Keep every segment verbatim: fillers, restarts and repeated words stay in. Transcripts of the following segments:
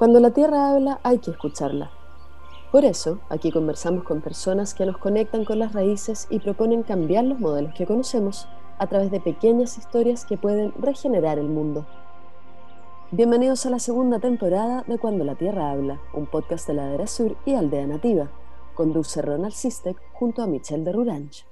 Cuando la tierra habla, hay que escucharla. Por eso, aquí conversamos con personas que nos conectan con las raíces y proponen cambiar los modelos que conocemos a través de pequeñas historias que pueden regenerar el mundo. Bienvenidos a la segunda temporada de Cuando la Tierra Habla, un podcast de Ladera Sur y Aldea Nativa. Conduce Ronald Sistek junto a Michelle de Ruranch.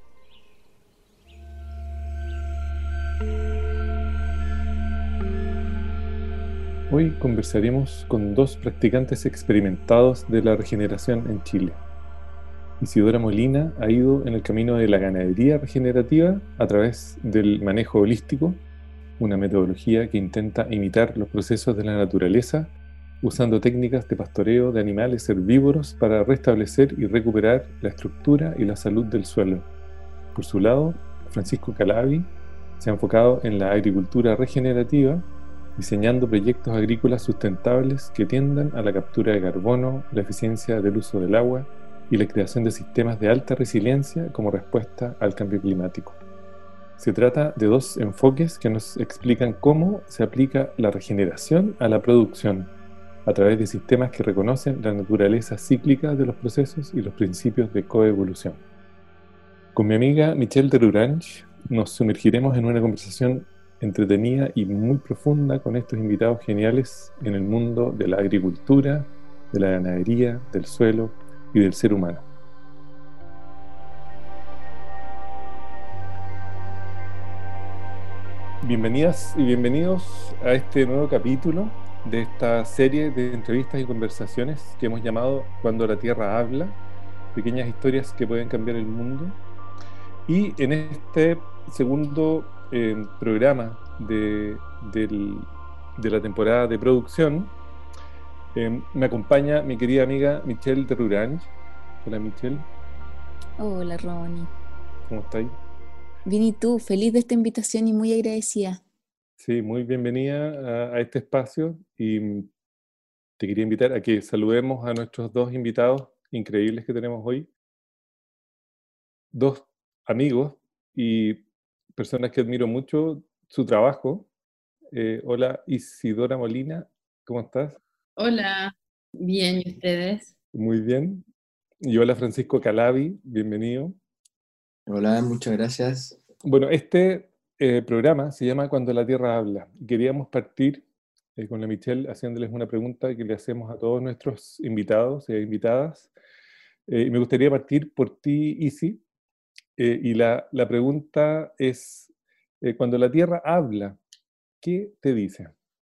Hoy conversaremos con dos practicantes experimentados de la regeneración en Chile. Isidora Molina ha ido en el camino de la ganadería regenerativa a través del manejo holístico, una metodología que intenta imitar los procesos de la naturaleza usando técnicas de pastoreo de animales herbívoros para restablecer y recuperar la estructura y la salud del suelo. Por su lado, Francisco Calavi se ha enfocado en la agricultura regenerativa, diseñando proyectos agrícolas sustentables que tiendan a la captura de carbono, la eficiencia del uso del agua y la creación de sistemas de alta resiliencia como respuesta al cambio climático. Se trata de dos enfoques que nos explican cómo se aplica la regeneración a la producción a través de sistemas que reconocen la naturaleza cíclica de los procesos y los principios de coevolución. Con mi amiga Michelle de Ruranch nos sumergiremos en una conversación entretenida y muy profunda con estos invitados geniales en el mundo de la agricultura, de la ganadería, del suelo y del ser humano. Bienvenidas y bienvenidos a este nuevo capítulo de esta serie de entrevistas y conversaciones que hemos llamado Cuando la Tierra Habla, pequeñas historias que pueden cambiar el mundo. Y en este segundo eh, programa de, del, de la temporada de producción, eh, me acompaña mi querida amiga Michelle de Ruranch. Hola Michelle, Hola, Ronnie. ¿cómo estáis? Bien, ¿y tú? Feliz de esta invitación y muy agradecida. Sí, muy bienvenida a, a este espacio y mm, te quería invitar a que saludemos a nuestros dos invitados increíbles que tenemos hoy, dos amigos y personas que admiro mucho su trabajo. Eh, hola Isidora Molina, ¿cómo estás? Hola, bien, ¿y ustedes? Muy bien. Y hola Francisco Calavi, bienvenido. Hola, muchas gracias. Bueno, este eh, programa se llama Cuando la Tierra Habla. Queríamos partir eh, con la Michelle haciéndoles una pregunta que le hacemos a todos nuestros invitados e invitadas. Eh, y me gustaría partir por ti, Isi. Eh, y la, la pregunta es, eh, cuando la Tierra habla, ¿qué te dice?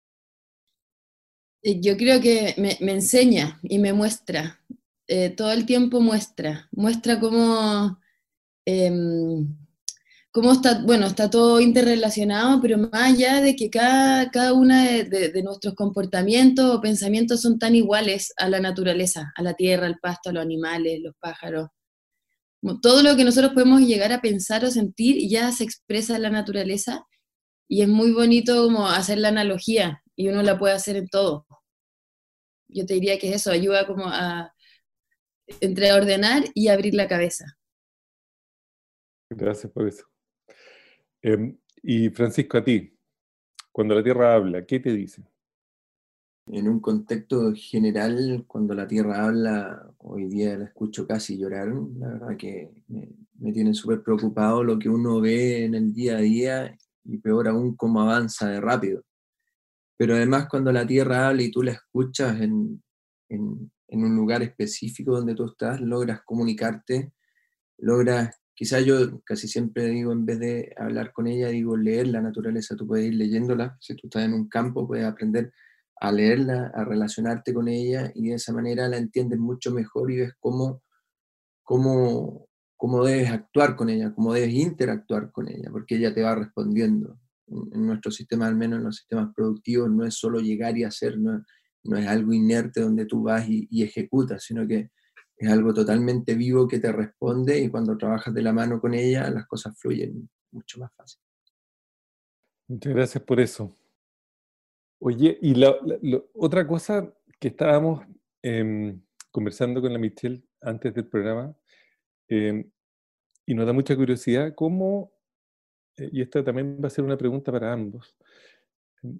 Eh, Yo creo que me, me enseña y me muestra, eh, todo el tiempo muestra, muestra cómo, em, cómo está, bueno, está todo interrelacionado, pero más allá de que cada, cada una de, de- de nuestros comportamientos o pensamientos son tan iguales a la naturaleza, a la tierra, al pasto, a los animales, los pájaros. Como todo lo que nosotros podemos llegar a pensar o sentir ya se expresa en la naturaleza y es muy bonito como hacer la analogía y uno la puede hacer en todo. Yo te diría que eso ayuda como a entre a ordenar y abrir la cabeza. Gracias por eso. Em, y Francisco, a ti, cuando la Tierra habla, ¿qué te dice? En un contexto general, cuando la Tierra habla, hoy día la escucho casi llorar. La verdad que me, me tiene súper preocupado lo que uno ve en el día a día y peor aún cómo avanza de rápido. Pero además cuando la Tierra habla y tú la escuchas en, en, en un lugar específico donde tú estás, logras comunicarte, logras, quizás yo casi siempre digo, en vez de hablar con ella, digo leer la naturaleza. Tú puedes ir leyéndola, si tú estás en un campo puedes aprender a leerla, a relacionarte con ella y de esa manera la entiendes mucho mejor y ves cómo, cómo, cómo debes actuar con ella, cómo debes interactuar con ella, porque ella te va respondiendo. En, en nuestro sistema, al menos en los sistemas productivos, no es solo llegar y hacer, no, no es algo inerte donde tú vas y, y ejecutas, sino que es algo totalmente vivo que te responde y cuando trabajas de la mano con ella, las cosas fluyen mucho más fácil. Muchas gracias por eso. Oye, y la, la- lo- otra cosa que estábamos em, conversando con la Michelle antes del programa, em, y nos da mucha curiosidad, cómo, eh, y esta también va a ser una pregunta para ambos, em,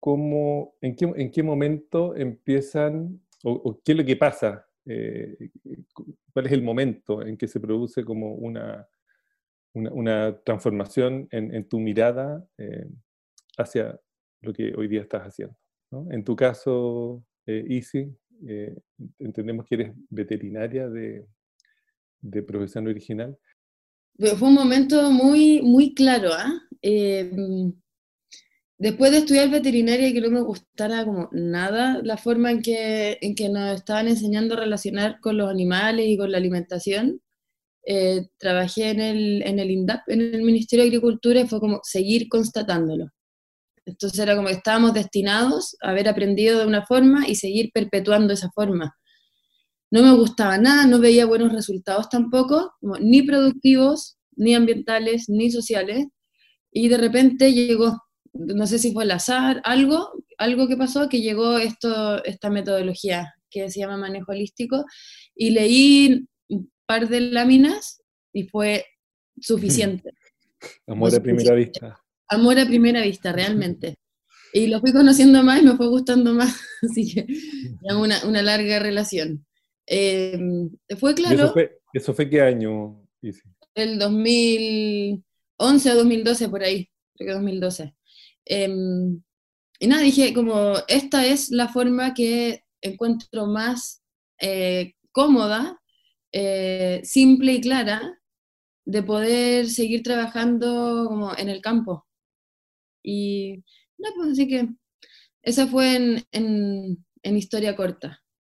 cómo, en qué, en qué momento empiezan, o, o qué es lo que pasa, eh, cuál es el momento en que se produce como una, una, una transformación en, en tu mirada eh, hacia lo que hoy día estás haciendo, ¿no? En tu caso, eh, Isi, eh, entendemos que eres veterinaria de, de profesión original. Fue un momento muy, muy claro, ¿ah? ¿eh? Eh, después de estudiar veterinaria y que no me gustara como nada la forma en que, en que nos estaban enseñando a relacionar con los animales y con la alimentación, eh, trabajé en el, en el INDAP, en el Ministerio de Agricultura, y fue como seguir constatándolo. Entonces era como que estábamos destinados a haber aprendido de una forma y seguir perpetuando esa forma. No me gustaba nada, no veía buenos resultados tampoco, como ni productivos, ni ambientales, ni sociales, y de repente llegó, no sé si fue el azar, algo, algo que pasó, que llegó esto, esta metodología que se llama manejo holístico, y leí un par de láminas y fue suficiente. Amor Fue a primera suficiente. vista. Amor a primera vista, realmente. Y lo fui conociendo más y me fue gustando más, así que ya una, una larga relación. Eh, fue ¿Y eso claro, fue, eso fue qué año, Isi? el dos mil once o dos mil doce, por ahí, creo que dos mil doce. Eh, y nada, dije como, esta es la forma que encuentro más eh, cómoda, eh, simple y clara de poder seguir trabajando como en el campo. Y no, pues así que esa fue en, en, en historia corta.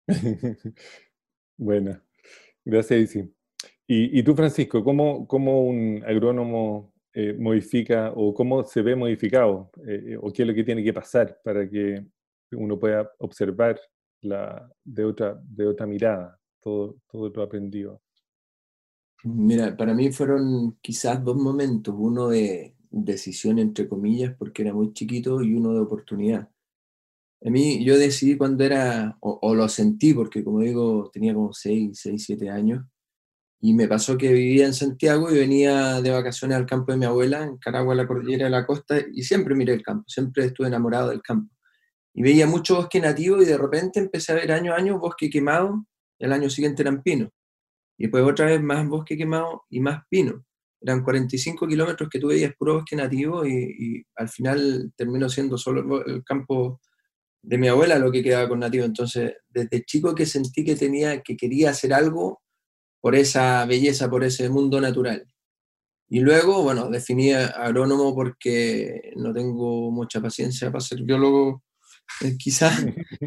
Bueno, gracias, Isi. Y, y tú, Francisco, ¿cómo, cómo un agrónomo eh, modifica o cómo se ve modificado? Eh, ¿O qué es lo que tiene que pasar para que uno pueda observar la, de, otra, de otra mirada todo, todo lo aprendido? Mira, para mí fueron quizás dos momentos, uno de decisión entre comillas porque era muy chiquito y uno de oportunidad. A mí yo decidí cuando era, o, o lo sentí porque como digo, tenía como seis, seis, siete años, y me pasó que vivía en Santiago y venía de vacaciones al campo de mi abuela, en Caragua, la cordillera de la costa, y siempre miré el campo, siempre estuve enamorado del campo. Y veía mucho bosque nativo y de repente empecé a ver año a año bosque quemado, y al año siguiente eran pinos. Y después otra vez más bosque quemado y más pino. Eran cuarenta y cinco kilómetros que tú veías puro bosque nativo y, y al final terminó siendo solo el campo de mi abuela lo que quedaba con nativo. Entonces, desde chico que sentí que tenía, que quería hacer algo por esa belleza, por ese mundo natural. Y luego, bueno, definí agrónomo porque no tengo mucha paciencia para ser biólogo, eh, quizás,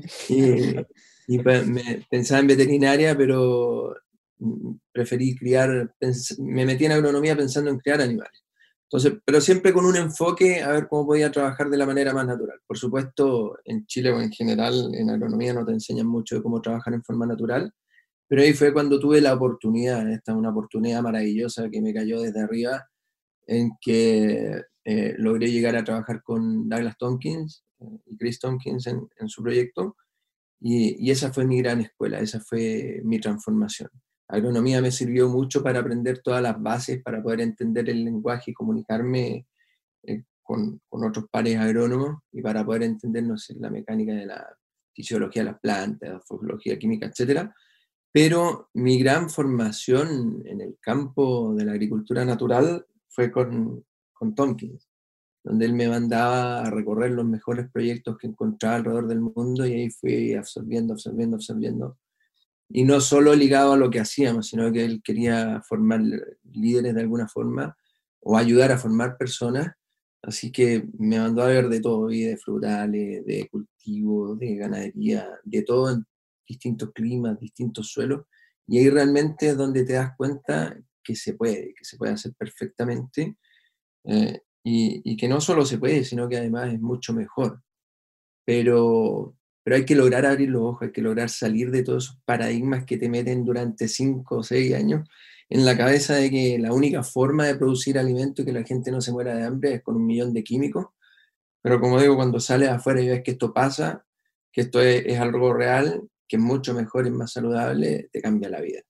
y, y me, pensaba en veterinaria, pero preferí criar, me metí en agronomía pensando en criar animales. Entonces, pero siempre con un enfoque a ver cómo podía trabajar de la manera más natural. Por supuesto, en Chile o en general, en agronomía no te enseñan mucho de cómo trabajar en forma natural, pero ahí fue cuando tuve la oportunidad, esta es una oportunidad maravillosa que me cayó desde arriba, en que eh, logré llegar a trabajar con Douglas Tompkins eh, y Chris Tompkins en, en su proyecto, y, y esa fue mi gran escuela, esa fue mi transformación. Agronomía me sirvió mucho para aprender todas las bases, para poder entender el lenguaje y comunicarme eh, con, con otros pares agrónomos y para poder entender, no sé, la mecánica de la fisiología de las plantas, la fisiología química, etcétera. Pero mi gran formación en el campo de la agricultura natural fue con, con Tompkins, donde él me mandaba a recorrer los mejores proyectos que encontraba alrededor del mundo y ahí fui absorbiendo, absorbiendo, absorbiendo. Y no solo ligado a lo que hacíamos, sino que él quería formar líderes de alguna forma o ayudar a formar personas. Así que me mandó a ver de todo, y de frutales, de cultivos, de ganadería, de todo en distintos climas, distintos suelos. Y ahí realmente es donde te das cuenta que se puede, que se puede hacer perfectamente. Eh, y, y que no solo se puede, sino que además es mucho mejor. Pero, pero hay que lograr abrir los ojos, hay que lograr salir de todos esos paradigmas que te meten durante cinco o seis años en la cabeza de que la única forma de producir alimento y que la gente no se muera de hambre es con un millón de químicos. Pero como digo, cuando sales afuera y ves que esto pasa, que esto es, es algo real, que es mucho mejor y más saludable, te cambia la vida.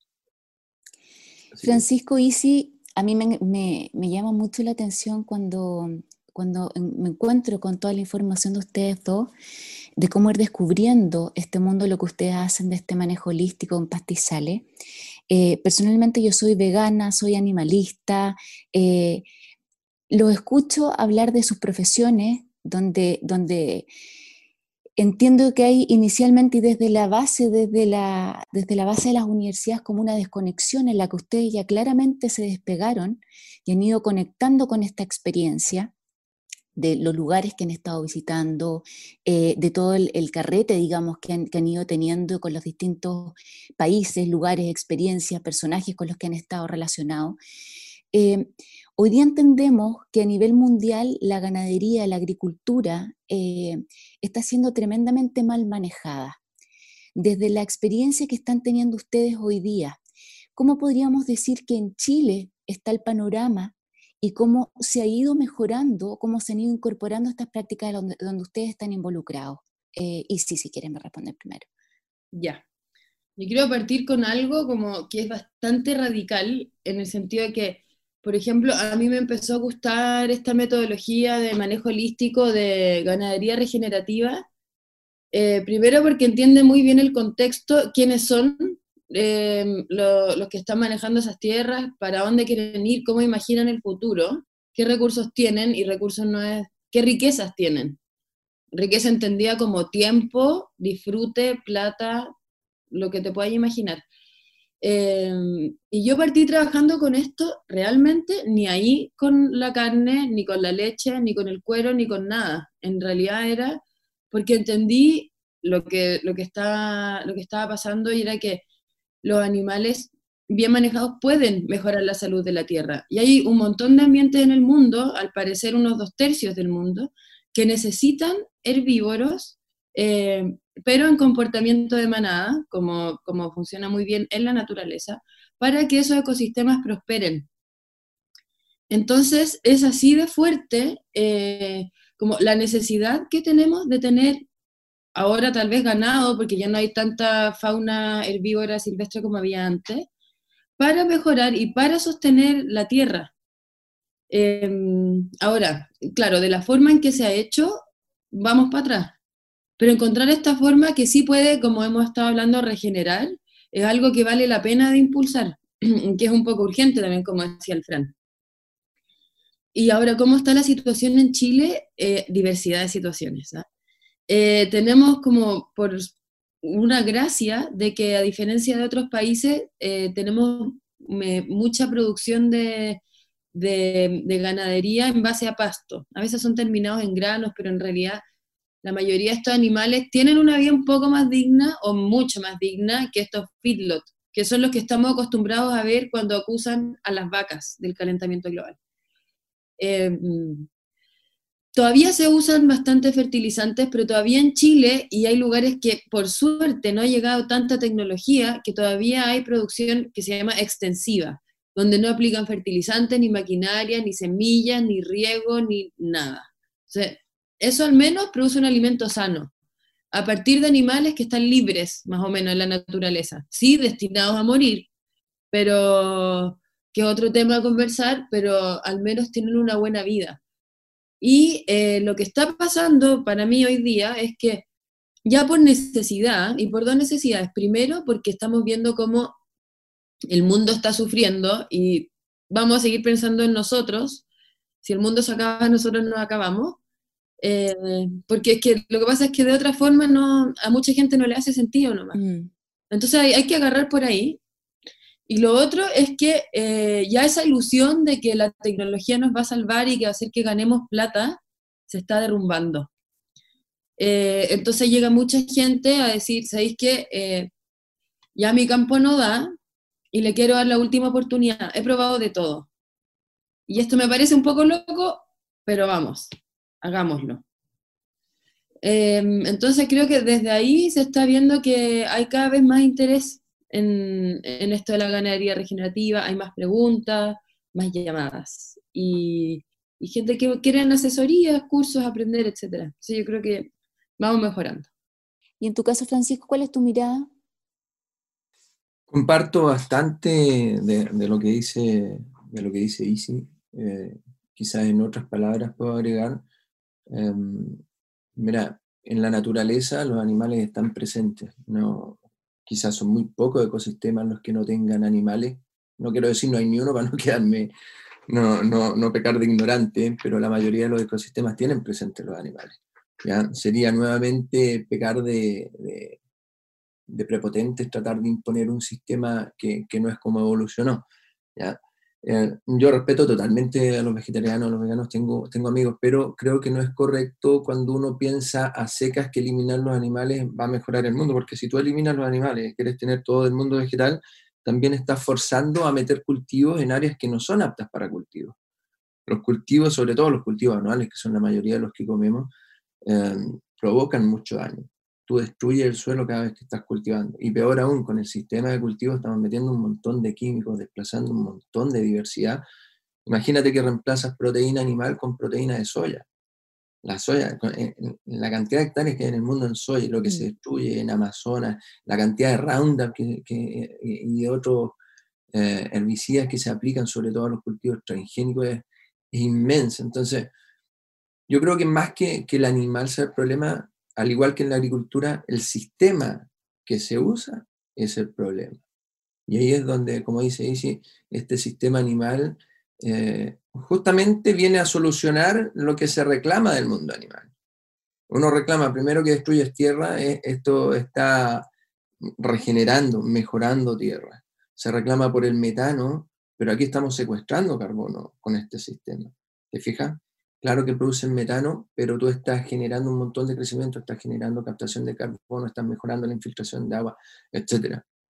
Así Francisco, Isi, a mí me, me, me llama mucho la atención cuando, cuando me encuentro con toda la información de ustedes dos, de cómo ir descubriendo este mundo, lo que ustedes hacen de este manejo holístico en pastizales. Eh, personalmente yo soy vegana, soy animalista, eh, lo escucho hablar de sus profesiones, donde, donde entiendo que hay inicialmente y desde la base, desde la, desde la base de las universidades, como una desconexión en la que ustedes ya claramente se despegaron y han ido conectando con esta experiencia de los lugares que han estado visitando, eh, de todo el, el carrete, digamos, que han, que han ido teniendo con los distintos países, lugares, experiencias, personajes con los que han estado relacionados. Eh, hoy día entendemos que a nivel mundial la ganadería, la agricultura, eh, está siendo tremendamente mal manejada. Desde la experiencia que están teniendo ustedes hoy día, ¿cómo podríamos decir que en Chile está el panorama y cómo se ha ido mejorando, cómo se han ido incorporando estas prácticas donde, donde ustedes están involucrados? Eh, y sí, si quieren me responder primero. Ya. Yo quiero partir con algo como que es bastante radical, en el sentido de que, por ejemplo, a mí me empezó a gustar esta metodología de manejo holístico de ganadería regenerativa, eh, primero porque entiende muy bien el contexto, quiénes son eh, lo, los que están manejando esas tierras, para dónde quieren ir, cómo imaginan el futuro, qué recursos tienen, y recursos no es, qué riquezas tienen. Riqueza entendida como tiempo, disfrute, plata, lo que te puedas imaginar. Eh, y yo partí trabajando con esto realmente ni ahí con la carne, ni con la leche, ni con el cuero, ni con nada. En realidad era porque entendí lo que, lo que, estaba, lo que estaba pasando, y era que los animales bien manejados pueden mejorar la salud de la tierra. Y hay un montón de ambientes en el mundo, al parecer unos dos tercios del mundo, que necesitan herbívoros, eh, pero en comportamiento de manada, como, como funciona muy bien en la naturaleza, para que esos ecosistemas prosperen. Entonces, es así de fuerte eh, como la necesidad que tenemos de tener ahora tal vez ganado, porque ya no hay tanta fauna herbívora silvestre como había antes, para mejorar y para sostener la tierra. Eh, ahora, claro, de la forma en que se ha hecho, vamos para atrás. Pero encontrar esta forma que sí puede, como hemos estado hablando, regenerar, es algo que vale la pena de impulsar, que es un poco urgente también, como decía el Fran. Y ahora, ¿cómo está la situación en Chile? Eh, diversidad de situaciones. ¿eh? Eh, tenemos como por una gracia de que, a diferencia de otros países, eh, tenemos me, mucha producción de, de, de ganadería en base a pasto. A veces son terminados en granos, pero en realidad la mayoría de estos animales tienen una vida un poco más digna, o mucho más digna, que estos feedlot, que son los que estamos acostumbrados a ver cuando acusan a las vacas del calentamiento global. Eh, todavía se usan bastante fertilizantes, pero todavía en Chile, y hay lugares que por suerte no ha llegado tanta tecnología, que todavía hay producción que se llama extensiva, donde no aplican fertilizantes, ni maquinaria, ni semillas, ni riego, ni nada. O sea, eso al menos produce un alimento sano, a partir de animales que están libres, más o menos, en la naturaleza. Sí, destinados a morir, pero que es otro tema a conversar, pero al menos tienen una buena vida. Y eh, lo que está pasando para mí hoy día es que ya por necesidad, y por dos necesidades. Primero, porque estamos viendo cómo el mundo está sufriendo y vamos a seguir pensando en nosotros. Si el mundo se acaba, nosotros nos acabamos. Eh, porque es que lo que pasa es que de otra forma no, a mucha gente no le hace sentido nomás. Mm. Entonces hay, hay que agarrar por ahí. Y lo otro es que eh, ya esa ilusión de que la tecnología nos va a salvar y que va a hacer que ganemos plata, se está derrumbando. Eh, entonces llega mucha gente a decir, ¿sabéis qué? Eh, ya mi campo no da y le quiero dar la última oportunidad. He probado de todo. Y esto me parece un poco loco, pero vamos, hagámoslo. Eh, entonces creo que desde ahí se está viendo que hay cada vez más interés En, en esto de la ganadería regenerativa, hay más preguntas, más llamadas, y, y gente que quiere asesorías, cursos, aprender, etcétera. Sí, yo creo que vamos mejorando. Y en tu caso, Francisco, ¿cuál es tu mirada? Comparto bastante de, de lo que dice, de lo que dice Isi. Eh, quizás en otras palabras puedo agregar, eh, mira, en la naturaleza los animales están presentes, no, quizás son muy pocos ecosistemas los que no tengan animales, no quiero decir no hay ni uno para no quedarme, no, no, no pecar de ignorante, pero la mayoría de los ecosistemas tienen presentes los animales, ¿ya? Sería nuevamente pecar de, de, de prepotentes tratar de imponer un sistema que, que no es como evolucionó, ¿ya? Eh, yo respeto totalmente a los vegetarianos, a los veganos, tengo, tengo amigos, pero creo que no es correcto cuando uno piensa a secas que eliminar los animales va a mejorar el mundo, porque si tú eliminas los animales y quieres tener todo el mundo vegetal, también estás forzando a meter cultivos en áreas que no son aptas para cultivos. Los cultivos, sobre todo los cultivos anuales, que son la mayoría de los que comemos, eh, provocan mucho daño. Tú destruyes el suelo cada vez que estás cultivando. Y peor aún, con el sistema de cultivo estamos metiendo un montón de químicos, desplazando un montón de diversidad. Imagínate que reemplazas proteína animal con proteína de soya. La soya, la cantidad de hectáreas que hay en el mundo en soya, lo que mm. se destruye en Amazonas, la cantidad de Roundup que, que, y de otros eh, herbicidas que se aplican sobre todo a los cultivos transgénicos es, es inmensa. Entonces, yo creo que más que, que el animal sea el problema, al igual que en la agricultura, el sistema que se usa es el problema. Y ahí es donde, como dice Isi, este sistema animal eh, justamente viene a solucionar lo que se reclama del mundo animal. Uno reclama primero que destruyes tierra, eh, esto está regenerando, mejorando tierra. Se reclama por el metano, pero aquí estamos secuestrando carbono con este sistema. ¿Te fijas? Claro que producen metano, pero tú estás generando un montón de crecimiento, estás generando captación de carbono, estás mejorando la infiltración de agua, etcétera.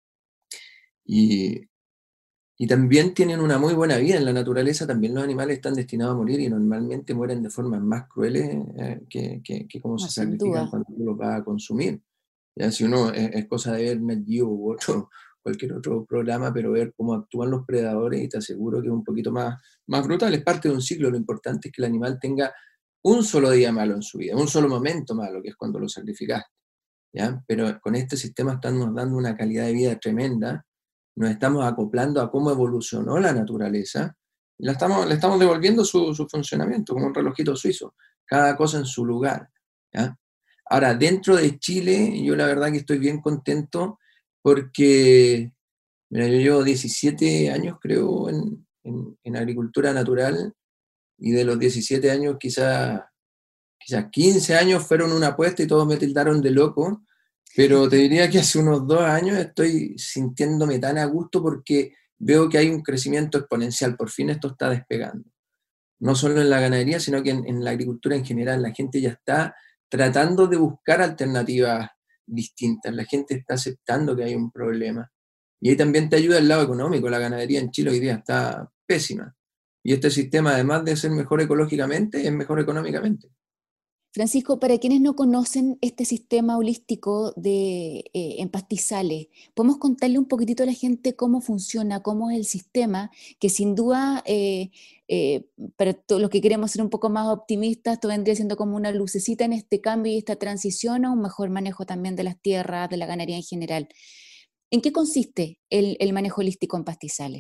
Y, y también tienen una muy buena vida en la naturaleza, también los animales están destinados a morir y normalmente mueren de formas más crueles eh, que, que, que como no, se sacrifican cuando tú los vas a consumir. Ya, si uno, es, es cosa de ver Nat Geo u otro, cualquier otro programa, pero ver cómo actúan los predadores y te aseguro que es un poquito más, más brutal, es parte de un ciclo. Lo importante es que el animal tenga un solo día malo en su vida, un solo momento malo, que es cuando lo sacrificaste, ¿ya? Pero con este sistema estamos dando una calidad de vida tremenda, nos estamos acoplando a cómo evolucionó la naturaleza, y la estamos, le estamos devolviendo su, su funcionamiento, como un relojito suizo, cada cosa en su lugar, ¿ya? Ahora, dentro de Chile, yo la verdad que estoy bien contento, porque, mira, yo llevo diecisiete años, creo, en, en, en agricultura natural, y de los diecisiete años quizás quizás quince años fueron una apuesta y todos me tildaron de loco, pero te diría que hace unos dos años estoy sintiéndome tan a gusto porque veo que hay un crecimiento exponencial, por fin esto está despegando. No solo en la ganadería, sino que en, en la agricultura en general, la gente ya está tratando de buscar alternativas distintas, la gente está aceptando que hay un problema. Y ahí también te ayuda el lado económico, la ganadería en Chile hoy día está pésima. Y este sistema, además de ser mejor ecológicamente, es mejor económicamente. Francisco, para quienes no conocen este sistema holístico de, eh, en pastizales, ¿podemos contarle un poquitito a la gente cómo funciona, cómo es el sistema? Que sin duda, eh, eh, para todos los que queremos ser un poco más optimistas, esto vendría siendo como una lucecita en este cambio y esta transición a un mejor manejo también de las tierras, de la ganadería en general. ¿En qué consiste el, el manejo holístico en pastizales?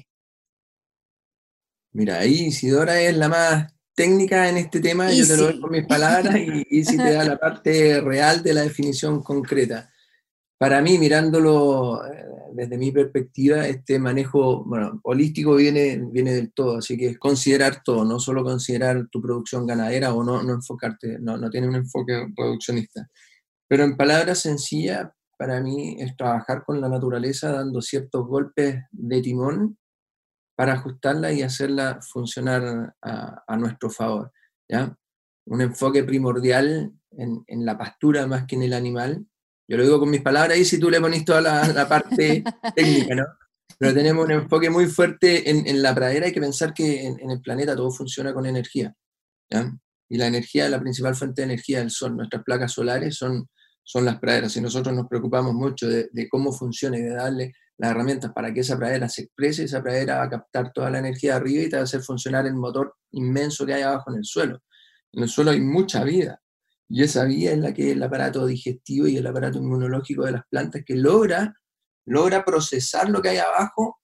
Mira, ahí Isidora es la más técnica en este tema, y yo te lo doy con mis palabras y, y si te da la parte real de la definición concreta. Para mí, mirándolo desde mi perspectiva, este manejo, bueno, holístico viene, viene del todo, así que es considerar todo, no solo considerar tu producción ganadera o no, no enfocarte, no, no tiene un enfoque reduccionista. Pero en palabras sencillas, para mí es trabajar con la naturaleza dando ciertos golpes de timón para ajustarla y hacerla funcionar a, a nuestro favor, ¿ya? Un enfoque primordial en, en la pastura más que en el animal. Yo lo digo con mis palabras y si tú le pones toda la, la parte técnica, ¿no? Pero tenemos un enfoque muy fuerte en, en la pradera. Hay que pensar que en, en el planeta todo funciona con energía, ¿ya? Y la energía, la principal fuente de energía es el sol. Nuestras placas solares son, son las praderas. Y nosotros nos preocupamos mucho de, de cómo funciona y de darle las herramientas para que esa pradera se exprese, esa pradera va a captar toda la energía de arriba y te va a hacer funcionar el motor inmenso que hay abajo en el suelo. En el suelo hay mucha vida, y esa vida es la que es el aparato digestivo y el aparato inmunológico de las plantas que logra, logra procesar lo que hay abajo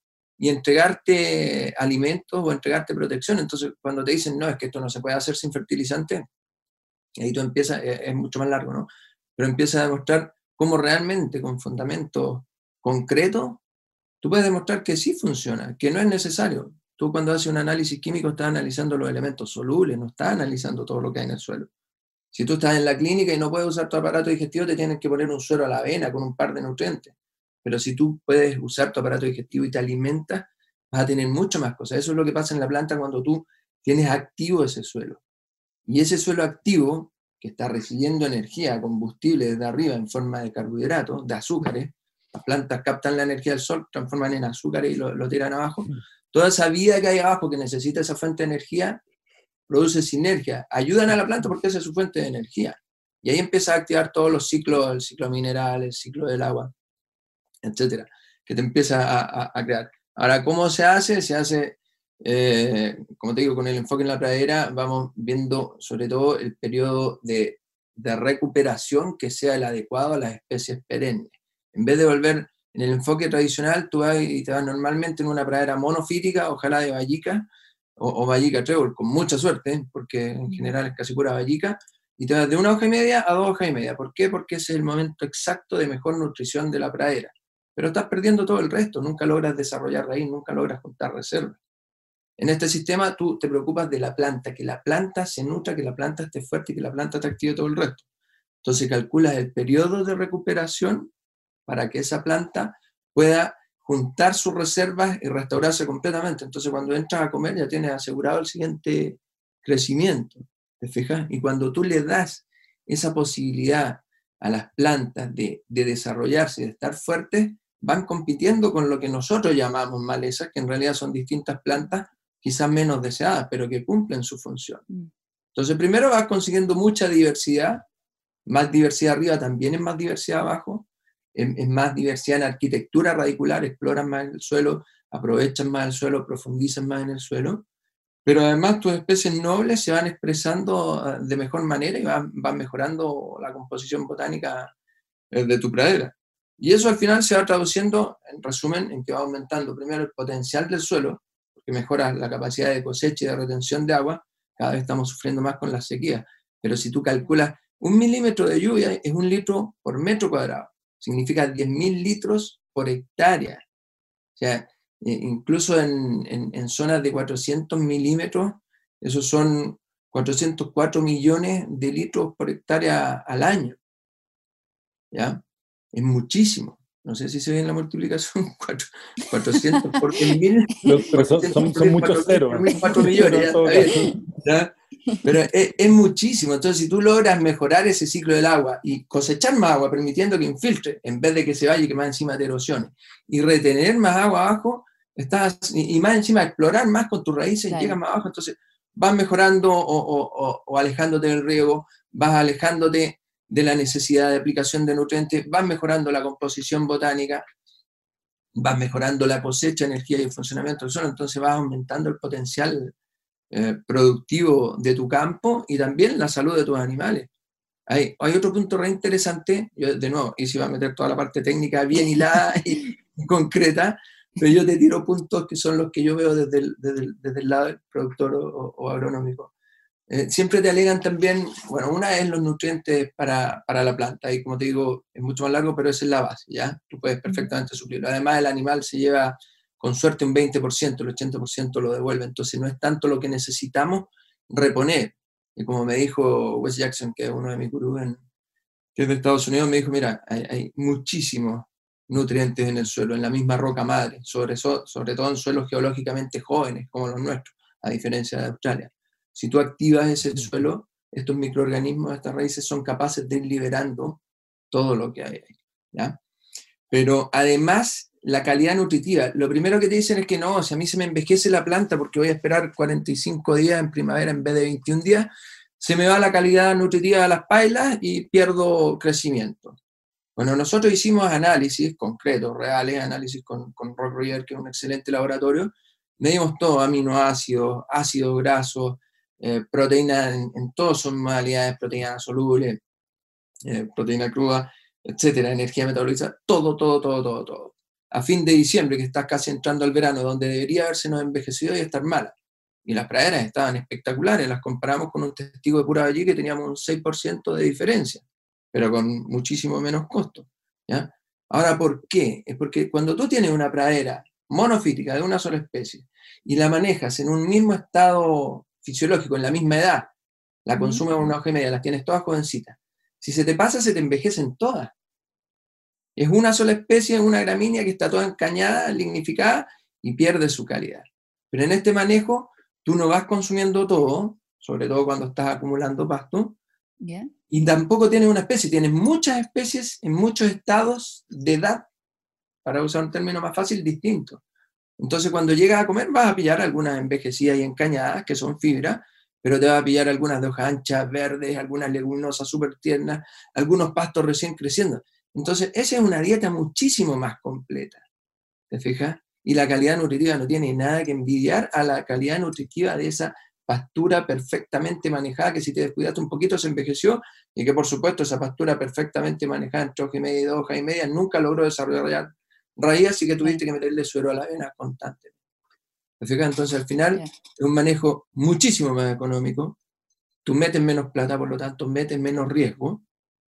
y entregarte alimentos o entregarte protección. Entonces, cuando te dicen, no, es que esto no se puede hacer sin fertilizante, ahí tú empiezas, es mucho más largo, ¿no? Pero empiezas a demostrar cómo realmente, con fundamentos concretos, tú puedes demostrar que sí funciona, que no es necesario. Tú cuando haces un análisis químico estás analizando los elementos solubles, no estás analizando todo lo que hay en el suelo. Si tú estás en la clínica y no puedes usar tu aparato digestivo, te tienen que poner un suero a la avena con un par de nutrientes. Pero si tú puedes usar tu aparato digestivo y te alimentas, vas a tener mucho más cosas. Eso es lo que pasa en la planta cuando tú tienes activo ese suelo. Y ese suelo activo, que está recibiendo energía, combustible desde arriba en forma de carbohidratos, de azúcares, las plantas captan la energía del sol, transforman en azúcares y lo, lo tiran abajo. Toda esa vida que hay abajo que necesita esa fuente de energía, produce sinergia. Ayudan a la planta porque esa es su fuente de energía. Y ahí empieza a activar todos los ciclos, el ciclo mineral, el ciclo del agua, etcétera, que te empieza a, a, a crear. Ahora, ¿cómo se hace? Se hace, eh, como te digo, con el enfoque en la pradera, vamos viendo sobre todo el periodo de, de recuperación que sea el adecuado a las especies perennes. En vez de volver en el enfoque tradicional, tú vas y te vas normalmente en una pradera monofítica, ojalá de vallica, o, o vallica trébol, con mucha suerte, ¿eh? Porque en general es casi pura vallica, y te vas de una hoja y media a dos hojas y media. ¿Por qué? Porque ese es el momento exacto de mejor nutrición de la pradera. Pero estás perdiendo todo el resto, nunca logras desarrollar raíz, nunca logras juntar reservas. En este sistema tú te preocupas de la planta, que la planta se nutra, que la planta esté fuerte y que la planta te active todo el resto. Entonces calculas el periodo de recuperación para que esa planta pueda juntar sus reservas y restaurarse completamente. Entonces cuando entras a comer ya tienes asegurado el siguiente crecimiento, ¿te fijas? Y cuando tú le das esa posibilidad a las plantas de, de desarrollarse y de estar fuertes, van compitiendo con lo que nosotros llamamos malezas, que en realidad son distintas plantas, quizás menos deseadas, pero que cumplen su función. Entonces primero vas consiguiendo mucha diversidad, más diversidad arriba también es más diversidad abajo, es más diversidad en arquitectura radicular, exploran más el suelo, aprovechan más el suelo, profundizan más en el suelo, pero además tus especies nobles se van expresando de mejor manera y van, van mejorando la composición botánica de tu pradera. Y eso al final se va traduciendo, en resumen, en que va aumentando primero el potencial del suelo, porque mejora la capacidad de cosecha y de retención de agua. Cada vez estamos sufriendo más con la sequía, pero si tú calculas un milímetro de lluvia es un litro por metro cuadrado, significa diez mil litros por hectárea. O sea, incluso en, en, en zonas de cuatrocientos milímetros, esos son cuatrocientos cuatro millones de litros por hectárea al año. ¿Ya? Es muchísimo. No sé si se ve en la multiplicación, cuatrocientos por diez mil. Pero son, son, son muchos ceros. cuatro millones, ¿ya? ¿Ya? Pero es, es muchísimo. Entonces, si tú logras mejorar ese ciclo del agua y cosechar más agua, permitiendo que infiltre, en vez de que se vaya y que más encima te erosione, y retener más agua abajo, estás, y más encima explorar más con tus raíces, claro, y llegas más abajo, entonces vas mejorando o, o, o, o alejándote del riego, vas alejándote de la necesidad de aplicación de nutrientes, vas mejorando la composición botánica, vas mejorando la cosecha, energía y el funcionamiento del suelo, entonces vas aumentando el potencial eh, productivo de tu campo y también la salud de tus animales. Hay, hay otro punto re interesante, yo de nuevo, y si va a meter toda la parte técnica bien hilada y, y concreta, pero yo te tiro puntos que son los que yo veo desde el, desde el, desde el lado del productor o, o agronómico. Eh, siempre te alegan también, bueno, una es los nutrientes para, para la planta, y como te digo, es mucho más largo, pero esa es la base, ¿ya? Tú puedes perfectamente suplirlo. Además, el animal se lleva, con suerte, un veinte por ciento, el ochenta por ciento lo devuelve, entonces no es tanto lo que necesitamos reponer. Y como me dijo Wes Jackson, que es uno de mis gurús, en, que es de Estados Unidos, me dijo, mira, hay, hay muchísimos nutrientes en el suelo, en la misma roca madre, sobre, so, sobre todo en suelos geológicamente jóvenes, como los nuestros, a diferencia de Australia. Si tú activas ese suelo, estos microorganismos, estas raíces son capaces de ir liberando todo lo que hay ahí, ¿ya? Pero además, la calidad nutritiva, lo primero que te dicen es que no, si a mí se me envejece la planta porque voy a esperar cuarenta y cinco días en primavera en vez de veintiún días, se me va la calidad nutritiva de las pailas y pierdo crecimiento. Bueno, nosotros hicimos análisis concretos, reales, análisis con, con Rock River, que es un excelente laboratorio, medimos todo, aminoácidos, ácidos grasos, eh, proteínas en, en todas sus modalidades, proteínas solubles, eh, proteína cruda, etcétera, energía metabolizada, todo, todo, todo, todo, todo. a fin de diciembre, que estás casi entrando al verano, donde debería habérsenos envejecido y estar mala. Y las praderas estaban espectaculares, las comparamos con un testigo de pura allí que teníamos un seis por ciento de diferencia, pero con muchísimo menos costo, ¿ya? Ahora, ¿por qué? Es porque cuando tú tienes una pradera monofítica de una sola especie y la manejas en un mismo estado fisiológico, en la misma edad, la consumes una hoja y media, las tienes todas jovencitas. Si se te pasa, se te envejecen todas. Es una sola especie, una gramínea que está toda encañada, lignificada y pierde su calidad. Pero en este manejo, tú no vas consumiendo todo, sobre todo cuando estás acumulando pasto, ¿Ya? y tampoco tienes una especie, tienes muchas especies en muchos estados de edad, para usar un término más fácil, distintos. Entonces, cuando llegas a comer, vas a pillar algunas envejecidas y encañadas, que son fibras, pero te vas a pillar algunas de hojas anchas, verdes, algunas leguminosas súper tiernas, algunos pastos recién creciendo. Entonces, esa es una dieta muchísimo más completa, ¿te fijas? Y la calidad nutritiva no tiene nada que envidiar a la calidad nutritiva de esa pastura perfectamente manejada, que si te descuidaste un poquito se envejeció, y que por supuesto esa pastura perfectamente manejada entre hoja y media y dos hojas y media nunca logró desarrollar raíz, así que tuviste que meterle suero a la avena constantemente. ¿Te fijas? Entonces al final Yeah. es un manejo muchísimo más económico, tú metes menos plata, por lo tanto metes menos riesgo,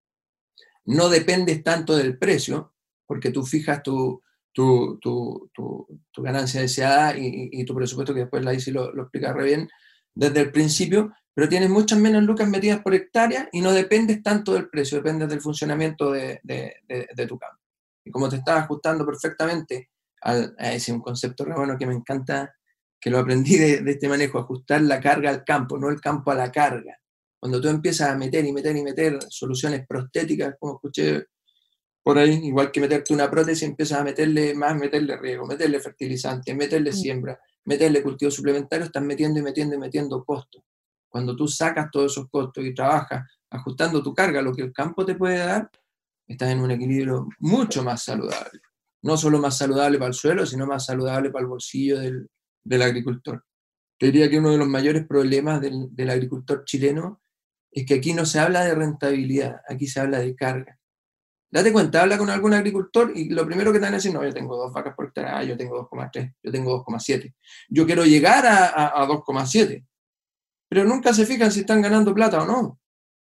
no dependes tanto del precio, porque tú fijas tu, tu, tu, tu, tu ganancia deseada y, y tu presupuesto, que después la I C I lo, lo explica re bien desde el principio, pero tienes muchas menos lucas metidas por hectárea y no dependes tanto del precio, dependes del funcionamiento de, de, de, de tu campo. Y como te estás ajustando perfectamente al, a ese un concepto re bueno que me encanta, que lo aprendí de, de este manejo, ajustar la carga al campo, no el campo a la carga. Cuando tú empiezas a meter y meter y meter soluciones prostéticas, como escuché por ahí, igual que meterte una prótesis, empiezas a meterle más, meterle riego, meterle fertilizante, meterle siembra, meterle cultivos suplementarios, estás metiendo y metiendo y metiendo costos. Cuando tú sacas todos esos costos y trabajas ajustando tu carga a lo que el campo te puede dar, estás en un equilibrio mucho más saludable. No solo más saludable para el suelo, sino más saludable para el bolsillo del, del agricultor. Te diría que uno de los mayores problemas del, del agricultor chileno es que aquí no se habla de rentabilidad, aquí se habla de carga. Date cuenta, habla con algún agricultor y lo primero que te van a decir, no, yo tengo dos vacas por hectárea, ah, yo tengo dos coma tres, yo tengo dos coma siete. Yo quiero llegar a, a, a dos coma siete, pero nunca se fijan si están ganando plata o no.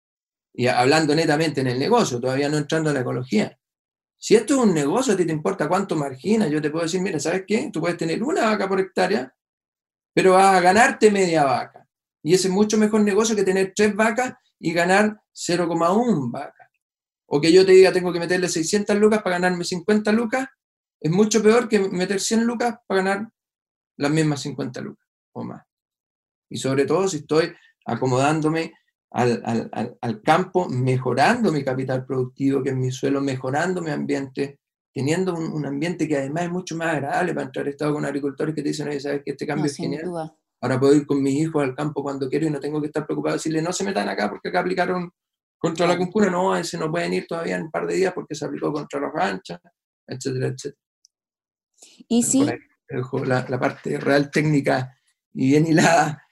Y hablando netamente en el negocio, todavía no entrando a la ecología. Si esto es un negocio, a ti te importa cuánto marginas, yo te puedo decir, mira, ¿sabes qué? Tú puedes tener una vaca por hectárea, pero vas a ganarte media vaca. Y ese es mucho mejor negocio que tener tres vacas y ganar cero coma uno vacas. O que yo te diga, tengo que meterle seiscientas lucas para ganarme cincuenta lucas, es mucho peor que meter cien lucas para ganar las mismas cincuenta lucas o más. Y sobre todo si estoy acomodándome al, al, al, al campo, mejorando mi capital productivo, que es mi suelo, mejorando mi ambiente, teniendo un, un ambiente que además es mucho más agradable para entrar. He estado con agricultores que te dicen, oye, ¿sabes que este cambio No, es sin genial? duda. Ahora puedo ir con mis hijos al campo cuando quiero y no tengo que estar preocupado de decirle, no se metan acá porque acá aplicaron contra la cuncuna, no, ese no pueden ir todavía en un par de días porque se aplicó contra los ranchas, etcétera, etcétera. Y Pero por sí, ahí te dejo la, la parte real técnica y bien hilada.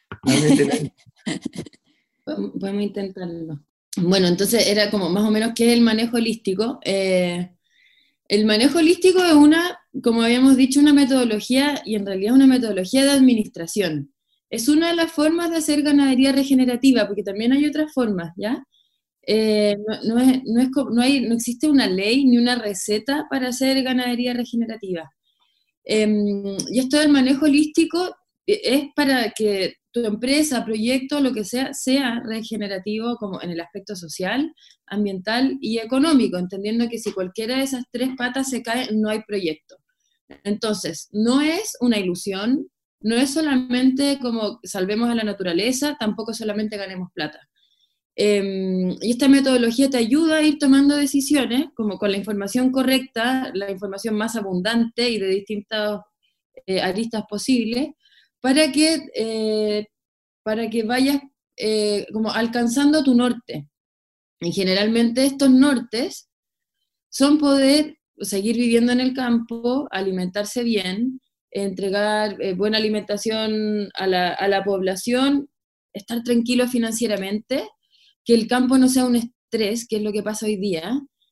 Podemos podemos intentarlo. Bueno, entonces era como más o menos qué es el manejo holístico. Eh, el manejo holístico es una, como habíamos dicho, una metodología, y en realidad es una metodología de administración. Es una de las formas de hacer ganadería regenerativa, porque también hay otras formas, ¿ya? Eh, no, no, es, no, es, no, hay, no existe una ley ni una receta para hacer ganadería regenerativa. Eh, y esto del manejo holístico es para que tu empresa, proyecto, lo que sea, sea regenerativo como en el aspecto social, ambiental y económico, entendiendo que si cualquiera de esas tres patas se cae, no hay proyecto. Entonces, no es una ilusión, no es solamente como salvemos a la naturaleza, tampoco solamente ganemos plata. Eh, y esta metodología te ayuda a ir tomando decisiones, como con la información correcta, la información más abundante y de distintas eh, aristas posibles, para que, eh, para que vayas eh, como alcanzando tu norte. Y generalmente estos nortes son poder seguir viviendo en el campo, alimentarse bien, entregar eh, buena alimentación a la, a la población, estar tranquilo financieramente, que el campo no sea un estrés, que es lo que pasa hoy día,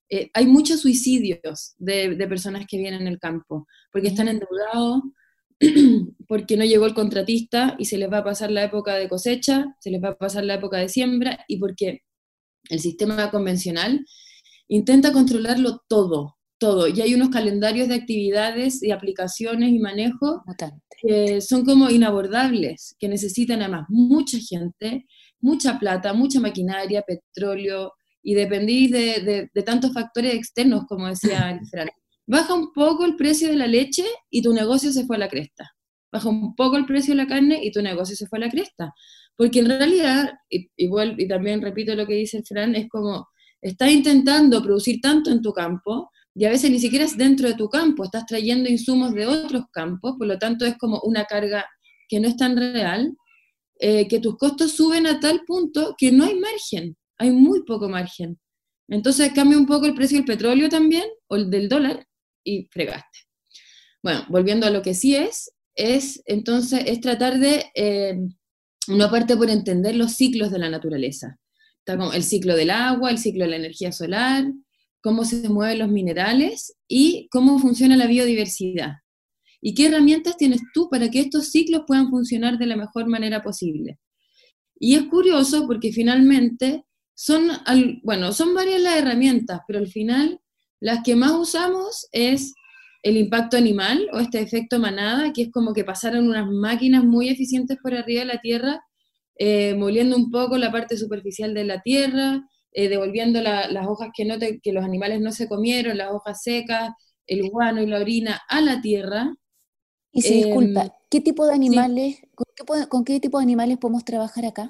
eh, hay muchos suicidios de, de personas que vienen al campo, porque están endeudados, porque no llegó el contratista y se les va a pasar la época de cosecha, se les va a pasar la época de siembra, y porque el sistema convencional intenta controlarlo todo, todo, y hay unos calendarios de actividades y aplicaciones y manejo que son como inabordables, que necesitan además mucha gente, mucha plata, mucha maquinaria, petróleo, y dependís de, de, de tantos factores externos, como decía el Fran. Baja un poco el precio de la leche y tu negocio se fue a la cresta. Baja un poco el precio de la carne y tu negocio se fue a la cresta. Porque en realidad, igual, y también repito lo que dice el Fran, es como, estás intentando producir tanto en tu campo, y a veces ni siquiera es dentro de tu campo, estás trayendo insumos de otros campos, por lo tanto es como una carga que no es tan real, eh, que tus costos suben a tal punto que no hay margen, hay muy poco margen. Entonces cambia un poco el precio del petróleo también, o el del dólar, y fregaste. Bueno, volviendo a lo que sí es, es entonces, es tratar de, eh, una parte por entender los ciclos de la naturaleza. Está como el ciclo del agua, el ciclo de la energía solar, cómo se mueven los minerales y cómo funciona la biodiversidad. ¿Y qué herramientas tienes tú para que estos ciclos puedan funcionar de la mejor manera posible? Y es curioso porque finalmente son, bueno, son varias las herramientas, pero al final las que más usamos es el impacto animal o este efecto manada, que es como que pasaron unas máquinas muy eficientes por arriba de la tierra, eh, moliendo un poco la parte superficial de la tierra, eh, devolviendo la, las hojas que, no te, que los animales no se comieron, las hojas secas, el guano y la orina a la tierra. Y si eh, disculpa, ¿qué tipo de animales, sí. ¿con, qué, con qué tipo de animales podemos trabajar acá?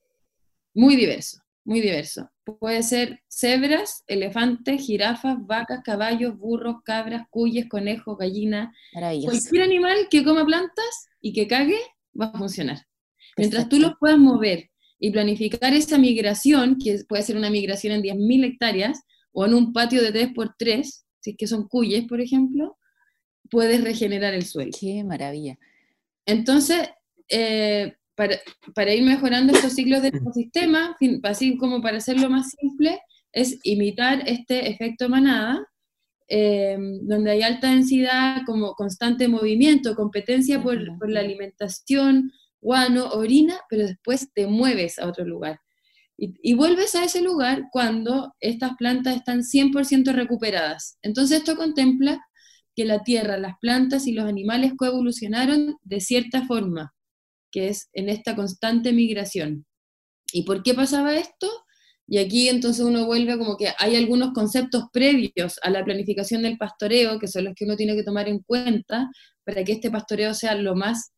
Muy diverso, muy diverso. Puede ser cebras, elefantes, jirafas, vacas, caballos, burros, cabras, cuyes, conejos, gallinas. Cualquier animal que coma plantas y que cague va a funcionar. Perfecto. Mientras tú los puedas mover y planificar esa migración, que puede ser una migración en diez mil hectáreas, o en un patio de tres por tres, si es que son cuyes, por ejemplo, puedes regenerar el suelo. ¡Qué maravilla! Entonces, eh, para, para ir mejorando estos ciclos del ecosistema, así como para hacerlo más simple, es imitar este efecto manada, eh, donde hay alta densidad, como constante movimiento, competencia por, por la alimentación, guano, orina, pero después te mueves a otro lugar. Y, y vuelves a ese lugar cuando estas plantas están cien por ciento recuperadas. Entonces esto contempla que la tierra, las plantas y los animales coevolucionaron de cierta forma, que es en esta constante migración. ¿Y por qué pasaba esto? Y aquí entonces uno vuelve como que hay algunos conceptos previos a la planificación del pastoreo, que son los que uno tiene que tomar en cuenta para que este pastoreo sea lo más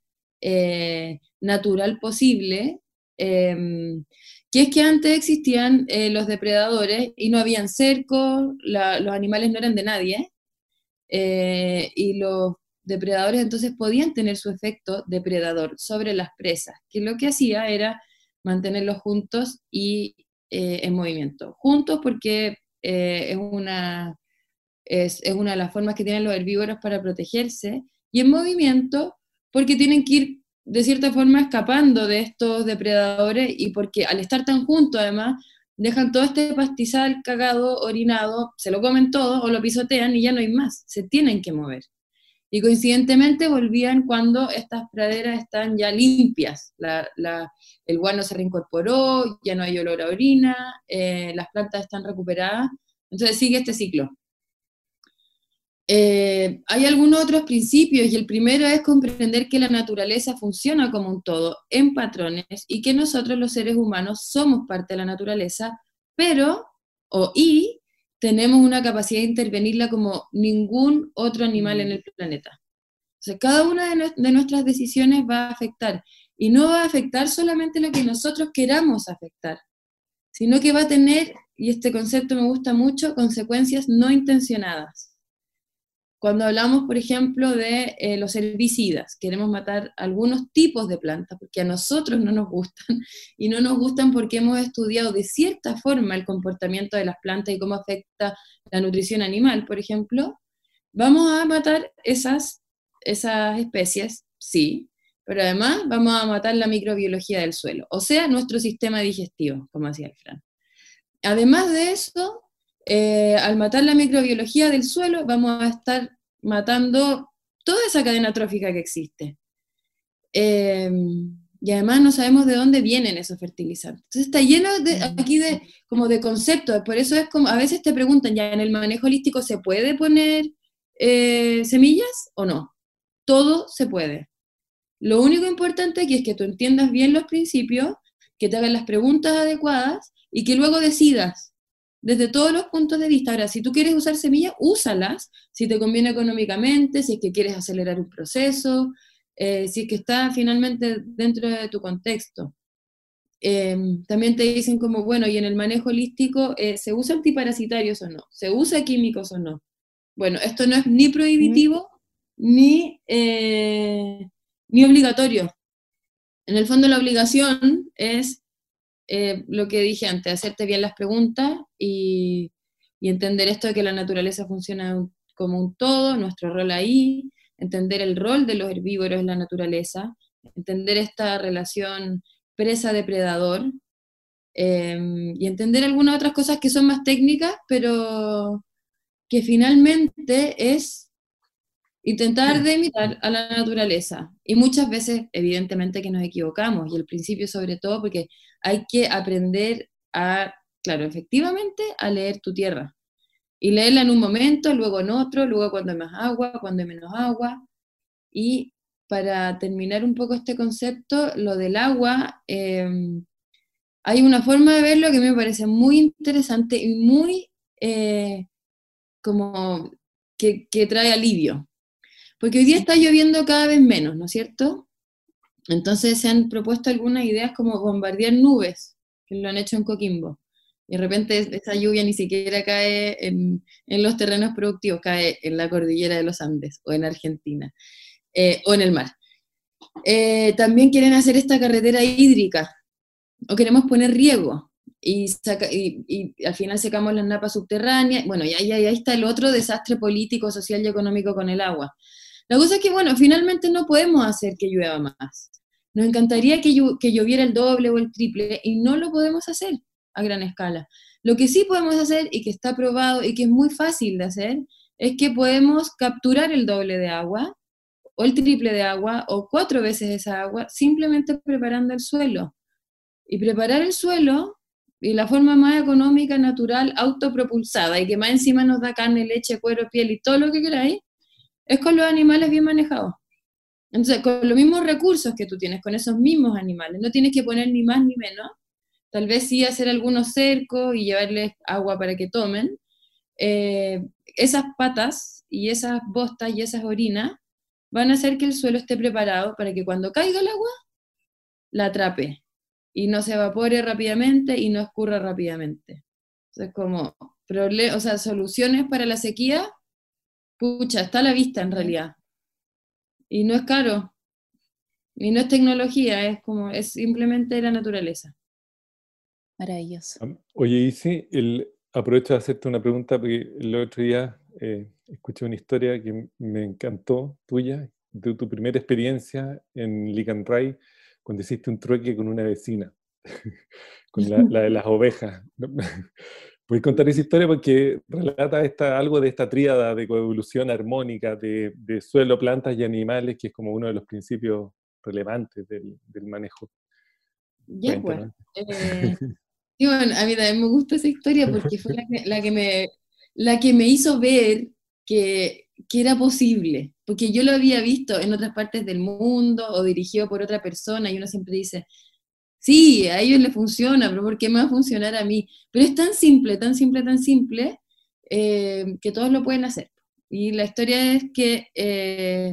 eh, natural posible, eh, que es que antes existían eh, los depredadores y no habían cercos, la, los animales no eran de nadie, eh, y los depredadores entonces podían tener su efecto depredador sobre las presas, que lo que hacía era mantenerlos juntos y eh, en movimiento. Juntos porque eh, es, una, es, es una de las formas que tienen los herbívoros para protegerse, y en movimiento porque tienen que ir de cierta forma escapando de estos depredadores, y porque al estar tan juntos además dejan todo este pastizal cagado, orinado, se lo comen todo o lo pisotean y ya no hay más, se tienen que mover. Y coincidentemente volvían cuando estas praderas están ya limpias, la, la, el guano se reincorporó, ya no hay olor a orina, eh, las plantas están recuperadas, entonces sigue este ciclo. Eh, hay algunos otros principios, y el primero es comprender que la naturaleza funciona como un todo, en patrones, y que nosotros los seres humanos somos parte de la naturaleza, pero, o y, tenemos una capacidad de intervenirla como ningún otro animal en el planeta. Entonces, cada una de, de nuestras decisiones va a afectar, y no va a afectar solamente lo que nosotros queramos afectar, sino que va a tener, y este concepto me gusta mucho, consecuencias no intencionadas. Cuando hablamos, por ejemplo, de eh, los herbicidas, queremos matar algunos tipos de plantas, porque a nosotros no nos gustan, y no nos gustan porque hemos estudiado de cierta forma el comportamiento de las plantas y cómo afecta la nutrición animal, por ejemplo, vamos a matar esas, esas especies, sí, pero además vamos a matar la microbiología del suelo, o sea, nuestro sistema digestivo, como decía el Fran. Además de eso, eh, al matar la microbiología del suelo, vamos a estar matando toda esa cadena trófica que existe. Eh, y además no sabemos de dónde vienen esos fertilizantes. Entonces está lleno de, aquí de, como de conceptos, por eso es como, a veces te preguntan, ¿ya en el manejo holístico se puede poner eh, semillas o no? Todo se puede. Lo único importante aquí es que tú entiendas bien los principios, que te hagan las preguntas adecuadas y que luego decidas desde todos los puntos de vista. Ahora, si tú quieres usar semillas, úsalas, si te conviene económicamente, si es que quieres acelerar un proceso, eh, si es que está finalmente dentro de tu contexto. Eh, también te dicen como, bueno, y en el manejo holístico, eh, ¿se usa antiparasitarios o no? ¿Se usa químicos o no? Bueno, esto no es ni prohibitivo, mm. ni, eh, ni obligatorio. En el fondo la obligación es eh, lo que dije antes, hacerte bien las preguntas y, y entender esto de que la naturaleza funciona como un todo, nuestro rol ahí, entender el rol de los herbívoros en la naturaleza, entender esta relación presa-depredador, eh, y entender algunas otras cosas que son más técnicas, pero que finalmente es intentar de imitar a la naturaleza. Y muchas veces, evidentemente, que nos equivocamos, y el principio sobre todo, porque hay que aprender a, claro, efectivamente, a leer tu tierra. Y leerla en un momento, luego en otro, luego cuando hay más agua, cuando hay menos agua. Y para terminar un poco este concepto, lo del agua, eh, hay una forma de verlo que me parece muy interesante y muy eh, como que, que trae alivio. Porque hoy día está lloviendo cada vez menos, ¿no es cierto? Entonces se han propuesto algunas ideas como bombardear nubes, que lo han hecho en Coquimbo. Y de repente esa lluvia ni siquiera cae en, en los terrenos productivos, cae en la cordillera de los Andes, o en Argentina, eh, o en el mar. Eh, también quieren hacer esta carretera hídrica, o queremos poner riego, y, saca, y, y al final secamos las napas subterráneas. Bueno, y ahí, ahí está el otro desastre político, social y económico con el agua. La cosa es que, bueno, finalmente no podemos hacer que llueva más. Nos encantaría que, llo que lloviera el doble o el triple, y no lo podemos hacer a gran escala. Lo que sí podemos hacer, y que está probado, y que es muy fácil de hacer, es que podemos capturar el doble de agua, o el triple de agua, o cuatro veces esa agua, simplemente preparando el suelo. Y preparar el suelo, y la forma más económica, natural, autopropulsada, y que más encima nos da carne, leche, cuero, piel y todo lo que queráis, es con los animales bien manejados. Entonces, con los mismos recursos que tú tienes, con esos mismos animales, no tienes que poner ni más ni menos. Tal vez sí hacer algunos cercos y llevarles agua para que tomen. Eh, esas patas y esas bostas y esas orinas van a hacer que el suelo esté preparado para que cuando caiga el agua, la atrape y no se evapore rápidamente y no escurra rápidamente. Entonces, como o sea, soluciones para la sequía, pucha, está a la vista en realidad. Y no es caro. Y no es tecnología, es como, es simplemente la naturaleza. Maravilloso. Oye, Isi, el, aprovecho de hacerte una pregunta porque el otro día eh, escuché una historia que me encantó, tuya, de tu primera experiencia en Licanray, cuando hiciste un trueque con una vecina, con la, la de las ovejas. Puedes contar esa historia porque relata esta, algo de esta tríada de coevolución armónica de, de suelo, plantas y animales, que es como uno de los principios relevantes del, del manejo. Ya, pues. Eh, y bueno, a mí también me gusta esa historia porque fue la que, la que, me, la que me hizo ver que, que era posible. Porque yo lo había visto en otras partes del mundo o dirigido por otra persona y uno siempre dice, sí, a ellos les funciona, pero ¿por qué me va a funcionar a mí? Pero es tan simple, tan simple, tan simple, eh, que todos lo pueden hacer. Y la historia es que, eh,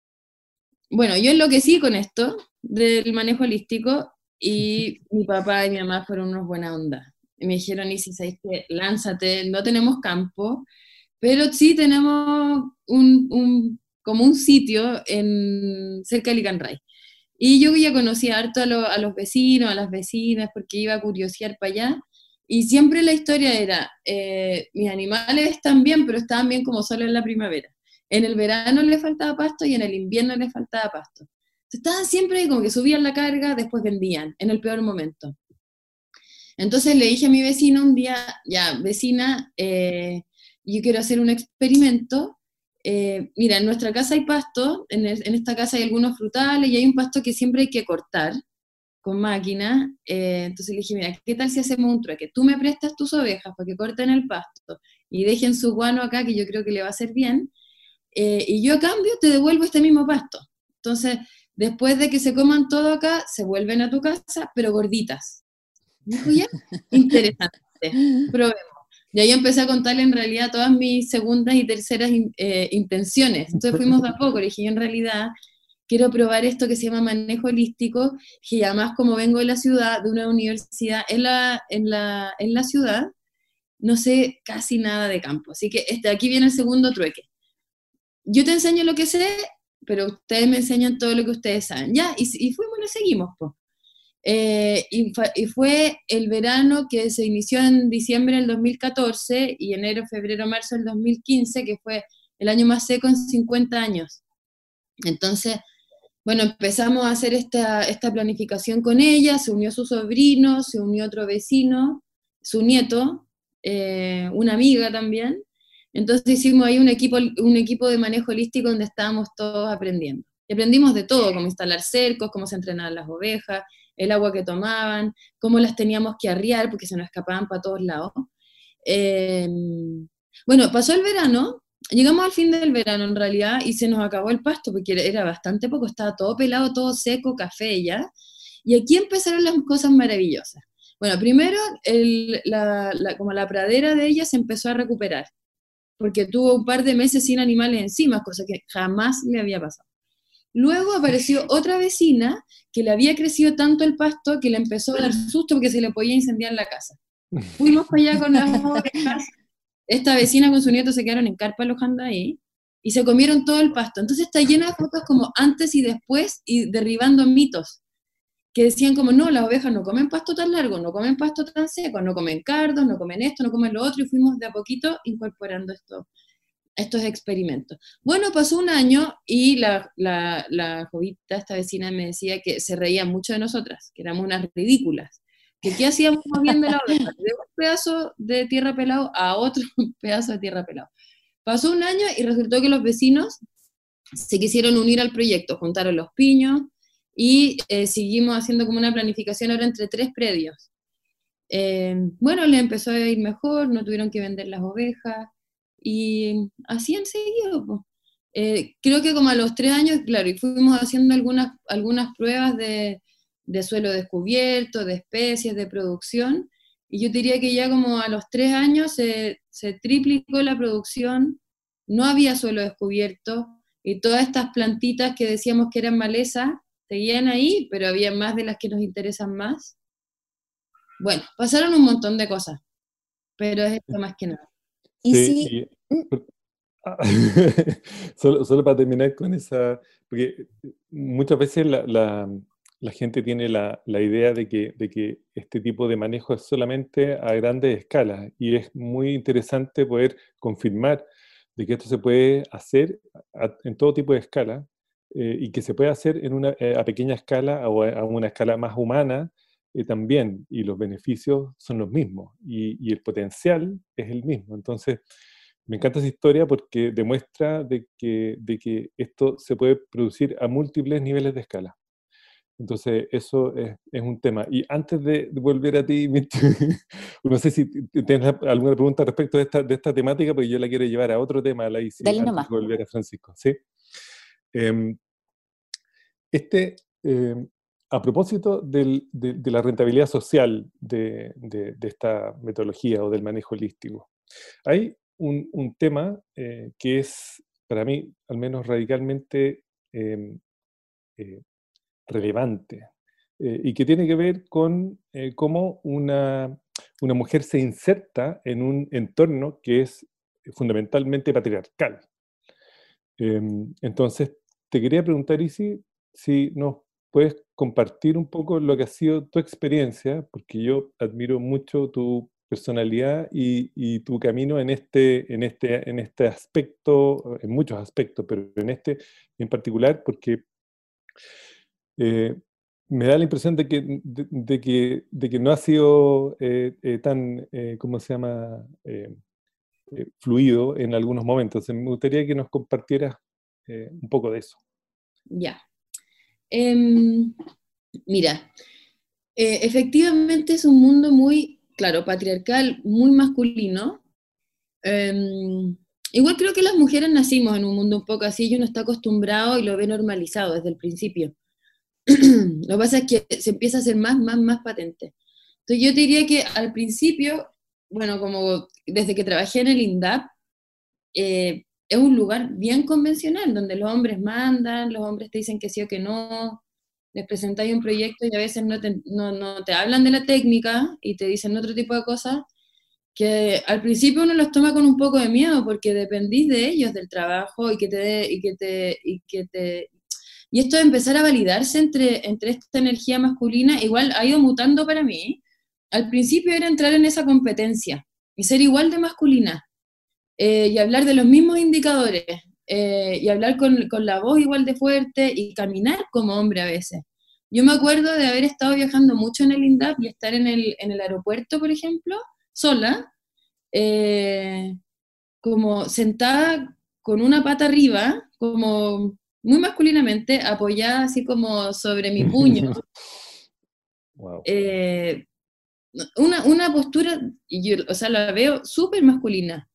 bueno, yo enloquecí con esto del manejo holístico y mi papá y mi mamá fueron unos buena onda. Y me dijeron, y si sabéis que lánzate, no tenemos campo, pero sí tenemos un, un, como un sitio en, cerca de Licanray. Y yo ya conocía harto a, lo, a los vecinos, a las vecinas, porque iba a curiosear para allá. Y siempre la historia era, eh, mis animales están bien, pero estaban bien como solo en la primavera. En el verano les faltaba pasto y en el invierno les faltaba pasto. Entonces, estaban siempre como que subían la carga, después vendían, en el peor momento. Entonces le dije a mi vecino un día, ya, vecina, eh, yo quiero hacer un experimento. Eh, mira, en nuestra casa hay pasto, en, el- en esta casa hay algunos frutales y hay un pasto que siempre hay que cortar con máquina. Eh, entonces le dije, mira, ¿qué tal si hacemos un trueque? Tú me prestas tus ovejas para que corten el pasto y dejen su guano acá, que yo creo que le va a hacer bien, eh, y yo a cambio te devuelvo este mismo pasto. Entonces, después de que se coman todo acá, se vuelven a tu casa, pero gorditas. Me dijo, ya, interesante, probemos. Y ahí empecé a contarle en realidad todas mis segundas y terceras in- eh, intenciones. Entonces fuimos de a poco, le dije, yo en realidad quiero probar esto que se llama manejo holístico, que además como vengo de la ciudad, de una universidad en la, en la, en la ciudad, no sé casi nada de campo. Así que este, aquí viene el segundo trueque. Yo te enseño lo que sé, pero ustedes me enseñan todo lo que ustedes saben. Ya, y, y fuimos y lo seguimos, pues. Eh, y, fa- y fue el verano que se inició en diciembre del dos mil catorce y enero, febrero, marzo del dos mil quince, que fue el año más seco en cincuenta años. Entonces, bueno, empezamos a hacer esta, esta planificación con ella, se unió su sobrino, se unió otro vecino, su nieto, eh, una amiga también. Entonces hicimos ahí un equipo, un equipo de manejo holístico donde estábamos todos aprendiendo. Y aprendimos de todo, cómo instalar cercos, cómo se entrenaban las ovejas, el agua que tomaban, cómo las teníamos que arriar porque se nos escapaban para todos lados. Eh, bueno, pasó el verano, llegamos al fin del verano en realidad y se nos acabó el pasto porque era bastante poco, estaba todo pelado, todo seco, café ya. Y aquí empezaron las cosas maravillosas. Bueno, primero, el- la, la- como la pradera de ella se empezó a recuperar, porque tuvo un par de meses sin animales encima, cosa que jamás le había pasado. Luego apareció otra vecina que le había crecido tanto el pasto que le empezó a dar susto porque se le podía incendiar la casa. Fuimos para allá con las ovejas, esta vecina con su nieto se quedaron en carpa alojando ahí y se comieron todo el pasto. Entonces está llena de fotos como antes y después y derribando mitos que decían como, no, las ovejas no comen pasto tan largo, no comen pasto tan seco, no comen cardos, no comen esto, no comen lo otro, y fuimos de a poquito incorporando esto, estos experimentos. Bueno, pasó un año y la, la, la jovita, esta vecina, me decía que se reía mucho de nosotras, que éramos unas ridículas, que qué hacíamos moviendo la oveja, de un pedazo de tierra pelado a otro pedazo de tierra pelado. Pasó un año y resultó que los vecinos se quisieron unir al proyecto, juntaron los piños y eh, seguimos haciendo como una planificación ahora entre tres predios. Eh, bueno, le empezó a ir mejor, no tuvieron que vender las ovejas y así han seguido. Po. Eh, creo que como a los tres años, claro, y fuimos haciendo algunas, algunas pruebas de, de suelo descubierto, de especies, de producción, y yo diría que ya como a los tres años se, se triplicó la producción, no había suelo descubierto, y todas estas plantitas que decíamos que eran malezas, seguían ahí, pero había más de las que nos interesan más. Bueno, pasaron un montón de cosas, pero es esto más que nada. Y Sí, si, y mm, ah, solo, solo para terminar con esa, porque muchas veces la, la- la gente tiene la, la idea de que, de que este tipo de manejo es solamente a grandes escalas y es muy interesante poder confirmar de que esto se puede hacer a- en todo tipo de escala eh, y que se puede hacer en una, eh, a pequeña escala o a, a una escala más humana eh, también, y los beneficios son los mismos y, y el potencial es el mismo. Entonces, me encanta esa historia porque demuestra de que, de que esto se puede producir a múltiples niveles de escala. Entonces, eso es, es un tema. Y antes de volver a ti, Mirta, no sé si tienes alguna pregunta respecto de esta, de esta temática, porque yo la quiero llevar a otro tema, la Isi, dale antes nomás. de volver a Francisco. ¿Sí? Em, este, em, a propósito del- de, de la rentabilidad social de, de- de esta metodología o del manejo holístico, hay un, un tema eh, que es, para mí, al menos radicalmente em, eh, relevante eh, y que tiene que ver con eh, cómo una, una mujer se inserta en un entorno que es fundamentalmente patriarcal. Em, entonces, te quería preguntar, Isi, si nos puedes compartir un poco lo que ha sido tu experiencia, porque yo admiro mucho tu personalidad y, y tu camino en este, en, este, en este aspecto, en muchos aspectos, pero en este en particular, porque eh, me da la impresión de que, de, de que, de que no ha sido eh, eh, tan, eh, ¿cómo se llama?, eh, eh, fluido en algunos momentos. Me gustaría que nos compartieras eh, un poco de eso. Ya. Em, mira, eh, efectivamente es un mundo muy, claro, patriarcal, muy masculino. Em, igual creo que las mujeres nacimos en un mundo un poco así y uno está acostumbrado y lo ve normalizado desde el principio. Lo que pasa es que se empieza a hacer más, más, más patente. Entonces yo te diría que al principio, bueno, como desde que trabajé en el INDAP, eh, es un lugar bien convencional, donde los hombres mandan, los hombres te dicen que sí o que no, les presentáis un proyecto y a veces no te, no, no te hablan de la técnica y te dicen otro tipo de cosas, que al principio uno los toma con un poco de miedo porque dependís de ellos, del trabajo, y que te, y que te, y que te, y esto de empezar a validarse entre, entre esta energía masculina, igual ha ido mutando para mí. Al principio era entrar en esa competencia y ser igual de masculina, eh, y hablar de los mismos indicadores, eh, y hablar con, con la voz igual de fuerte y caminar como hombre a veces. Yo me acuerdo de haber estado viajando mucho en el INDAP y estar en el, en el aeropuerto, por ejemplo, sola, eh, como sentada con una pata arriba, como muy masculinamente, apoyada así como sobre mi puño. Wow. Eh, una, una postura, y yo, o sea, la veo súper masculina.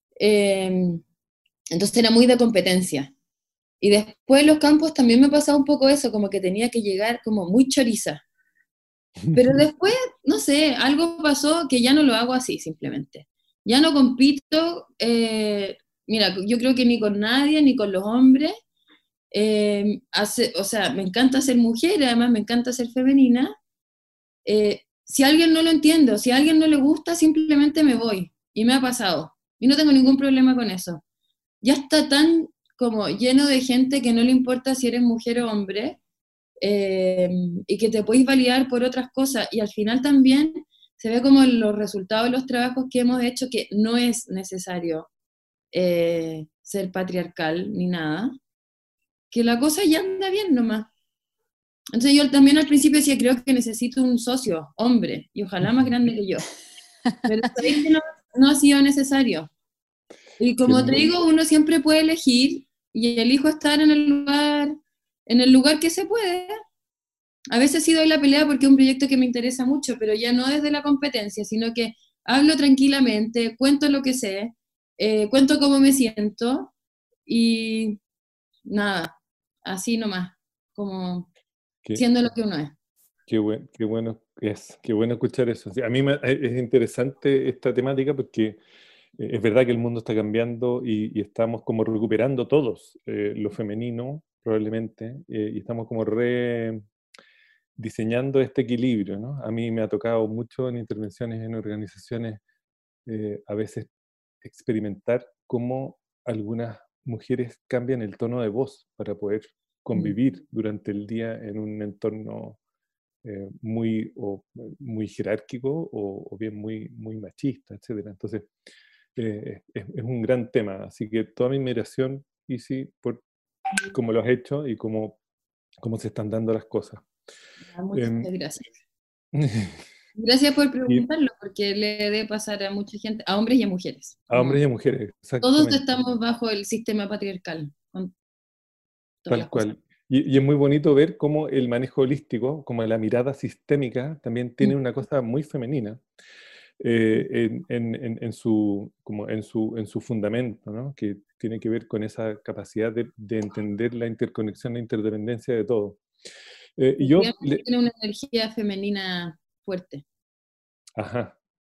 Eh, entonces era muy de competencia. Y después en los campos también me pasaba un poco eso, como que tenía que llegar como muy choriza. Pero después, no sé, algo pasó que ya no lo hago así simplemente. Ya no compito, eh, mira, yo creo que ni con nadie, ni con los hombres. Eh, hace, o sea, me encanta ser mujer, además me encanta ser femenina. Eh, si alguien no lo entiende, o si a alguien no le gusta, simplemente me voy. Y me ha pasado. Y no tengo ningún problema con eso. Ya está tan como lleno de gente que no le importa si eres mujer o hombre, eh, y que te podéis validar por otras cosas. Y al final también se ve como en los resultados de los trabajos que hemos hecho que no es necesario eh, ser patriarcal ni nada, que la cosa ya anda bien nomás. Entonces yo también al principio decía, creo que necesito un socio, hombre, y ojalá más grande que yo. Pero sabéis que no, no ha sido necesario. Y como te digo, uno siempre puede elegir y elijo estar en el lugar, en el lugar que se puede. A veces sí doy la pelea porque es un proyecto que me interesa mucho, pero ya no desde la competencia, sino que hablo tranquilamente, cuento lo que sé, eh, cuento cómo me siento y nada, así nomás, como Qué, siendo lo que uno es. qué, buen, qué bueno es, qué bueno escuchar eso. Sí, a mí me, es interesante esta temática porque eh, es verdad que el mundo está cambiando y, y estamos como recuperando todos eh, lo femenino, probablemente, eh, y estamos como re diseñando este equilibrio, ¿no? A mí me ha tocado mucho en intervenciones en organizaciones eh, a veces experimentar cómo algunas mujeres cambian el tono de voz para poder convivir durante el día en un entorno eh, muy, o, muy jerárquico o, o bien muy, muy machista, etcétera. Entonces, eh, es, es un gran tema. Así que toda mi admiración, Isi, por cómo lo has hecho y cómo, cómo se están dando las cosas. Ah, muchas Eh, gracias. Gracias por y preguntarlo, porque le debe pasar a mucha gente, a hombres y a mujeres. a Como hombres y a mujeres, todos exactamente. estamos bajo el sistema patriarcal, con todas las Tal cosas. cual. Y, y es muy bonito ver cómo el manejo holístico, como la mirada sistémica, también tiene Mm. una cosa muy femenina eh, en, en- en- en su, como en su, en su fundamento, ¿no? Que tiene que ver con esa capacidad de, de entender la interconexión, la interdependencia de todo. Eh, y yo, Efectivamente le- tiene una energía femenina fuerte. ajá,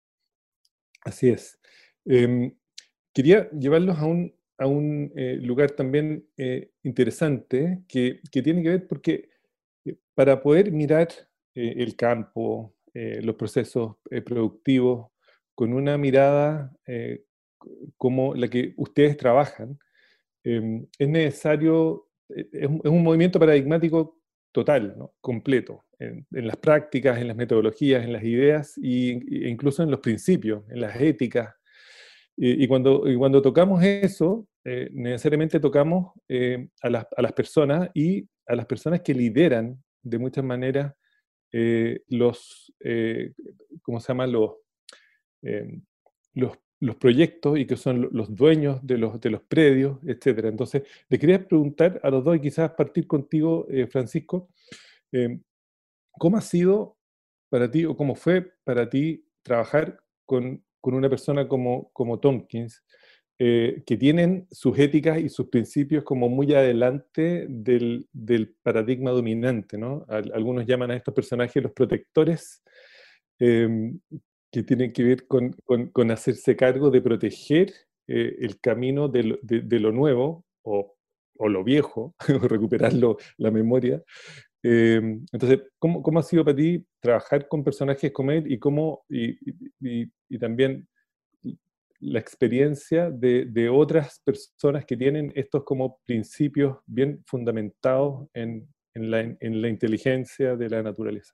así es. Em, quería llevarlos a un, a un eh, lugar también eh, interesante que, que tiene que ver porque eh, para poder mirar eh, el campo, eh, los procesos eh, productivos, con una mirada eh, c- como la que ustedes trabajan, eh, es necesario, eh, es un, es un movimiento paradigmático total, ¿no? Completo, en, en las prácticas, en las metodologías, en las ideas y- e incluso en los principios, en las éticas. Y, y cuando, y cuando tocamos eso, eh, necesariamente tocamos eh, a, las, a las personas y a las personas que lideran de muchas maneras, eh, los, eh, ¿cómo se llama? Los, eh, los, los proyectos, y que son los dueños de los, de los predios, etcétera. Entonces, le quería preguntar a los dos, y quizás partir contigo, eh, Francisco, eh, ¿cómo ha sido para ti, o cómo fue para ti trabajar con, con una persona como, como Tompkins, eh, que tienen sus éticas y sus principios como muy adelante del, del paradigma dominante, ¿no? Al, algunos llaman a estos personajes los protectores, eh, que tienen que ver con, con, con hacerse cargo de proteger eh, el camino de lo, de, de lo nuevo, o, o lo viejo, o recuperarlo, la memoria. Eh, entonces, ¿cómo, ¿cómo ha sido para ti trabajar con personajes como él, y, cómo, y, y, y también la experiencia de, de otras personas que tienen estos como principios bien fundamentados en, en, la, en la inteligencia de la naturaleza?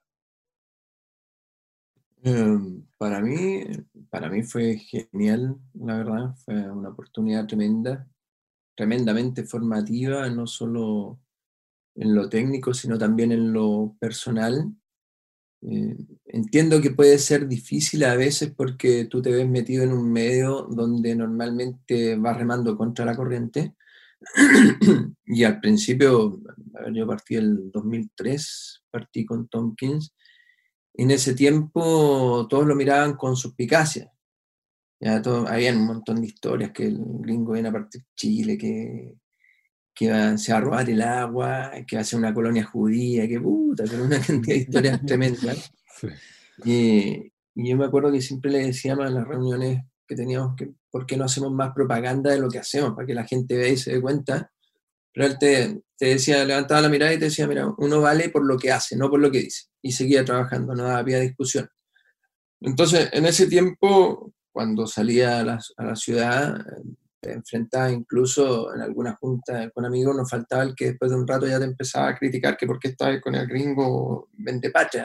Um, para mí, para mí fue genial, la verdad, fue una oportunidad tremenda, tremendamente formativa, no solo en lo técnico, sino también en lo personal. Eh, entiendo que puede ser difícil a veces porque tú te ves metido en un medio donde normalmente vas remando contra la corriente. Y al principio, a ver, yo partí el dos mil tres, partí con Tompkins. En ese tiempo todos lo miraban con suspicacia. Ya todo, había un montón de historias que el gringo viene a partir de Chile, que, que va, se va a robar el agua, que va a ser una colonia judía, que puta, pero una cantidad de historias tremendas. Sí. Y, y yo me acuerdo que siempre le decíamos en las reuniones que teníamos que, ¿por qué no hacemos más propaganda de lo que hacemos? Para que la gente vea y se dé cuenta. Pero él te, te decía, levantaba la mirada y te decía, mira, uno vale por lo que hace, no por lo que dice. Y seguía trabajando, no había discusión. Entonces, en ese tiempo, cuando salía a la, a la ciudad, te enfrentaba incluso en alguna junta con amigos, nos faltaba el que después de un rato ya te empezaba a criticar que por qué estabas con el gringo vendepacha.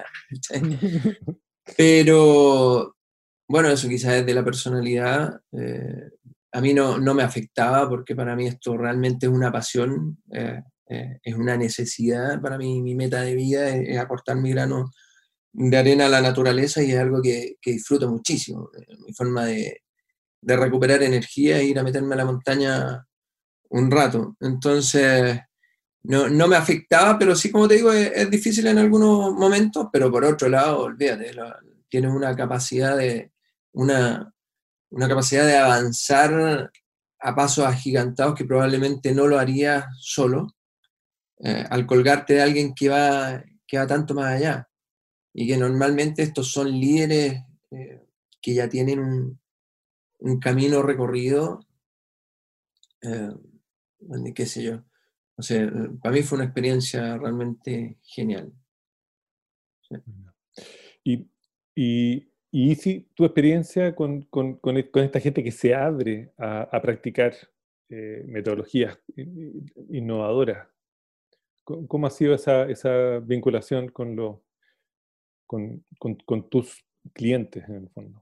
Pero, bueno, eso quizás es de la personalidad. Eh, a mí no, no me afectaba porque para mí esto realmente es una pasión, eh, eh, es una necesidad. Para mí mi meta de vida es, es aportar mi grano de arena a la naturaleza, y es algo que, que disfruto muchísimo. Mi forma de, de recuperar energía e ir a meterme a la montaña un rato. Entonces, no, no me afectaba, pero sí, como te digo, es, es difícil en algunos momentos, pero por otro lado, olvídate, lo, tienes una capacidad de, una, una capacidad de avanzar a pasos agigantados que probablemente no lo harías solo, eh, al colgarte de alguien que va, que va tanto más allá. Y que normalmente estos son líderes eh, que ya tienen un, un camino recorrido, eh, qué sé yo. O sea, para mí fue una experiencia realmente genial. Sí. Y, y, y si tu experiencia con, con, con, con esta gente que se abre a, a practicar eh, metodologías innovadoras, ¿cómo ha sido esa, esa vinculación con, lo, con, con, con tus clientes en el fondo?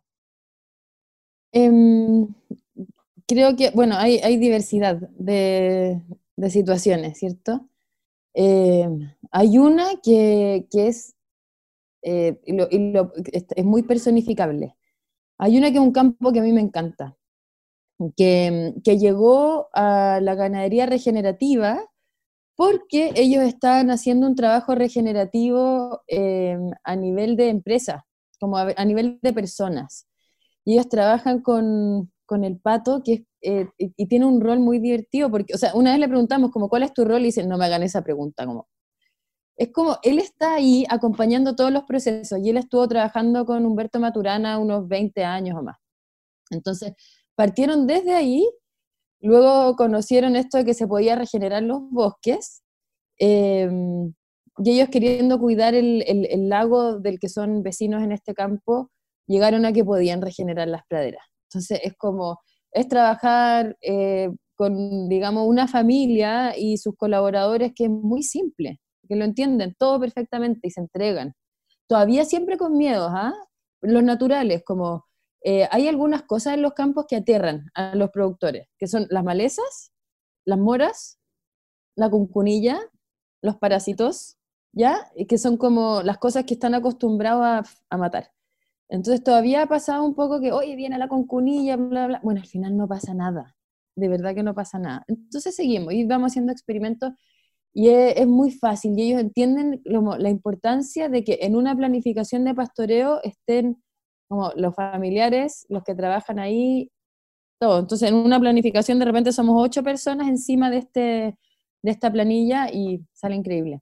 Eh, creo que, bueno, hay, hay diversidad de, de situaciones, ¿cierto? Eh, hay una que, que es, eh, y lo, y lo, es, es muy personificable. Hay una que es un campo que a mí me encanta, que, que llegó a la ganadería regenerativa porque ellos están haciendo un trabajo regenerativo eh, a nivel de empresa, como a, a nivel de personas. Y ellos trabajan con, con el pato, que es, eh, y, y tiene un rol muy divertido, porque, o sea, una vez le preguntamos como, ¿cuál es tu rol? Y dicen, no me hagan esa pregunta, como, es como, él está ahí acompañando todos los procesos, y él estuvo trabajando con Humberto Maturana unos veinte años o más. Entonces, partieron desde ahí, luego conocieron esto de que se podía regenerar los bosques, eh, y ellos queriendo cuidar el, el, el lago del que son vecinos en este campo, llegaron a que podían regenerar las praderas. Entonces es como, es trabajar eh, con, digamos, una familia y sus colaboradores, que es muy simple, que lo entienden todo perfectamente y se entregan. Todavía siempre con miedos, ¿ah? Los naturales, como eh, hay algunas cosas en los campos que aterran a los productores, que son las malezas, las moras, la cuncunilla, los parásitos, ¿ya? Y que son como las cosas que están acostumbrados a, a matar. Entonces todavía ha pasado un poco que, oye, viene la concunilla, bla, bla. Bueno, al final no pasa nada. De verdad que no pasa nada. Entonces seguimos y vamos haciendo experimentos y es, es muy fácil. Y ellos entienden lo, la importancia de que en una planificación de pastoreo estén como los familiares, los que trabajan ahí, todo. Entonces en una planificación de repente somos ocho personas encima de, este, de esta planilla y sale increíble.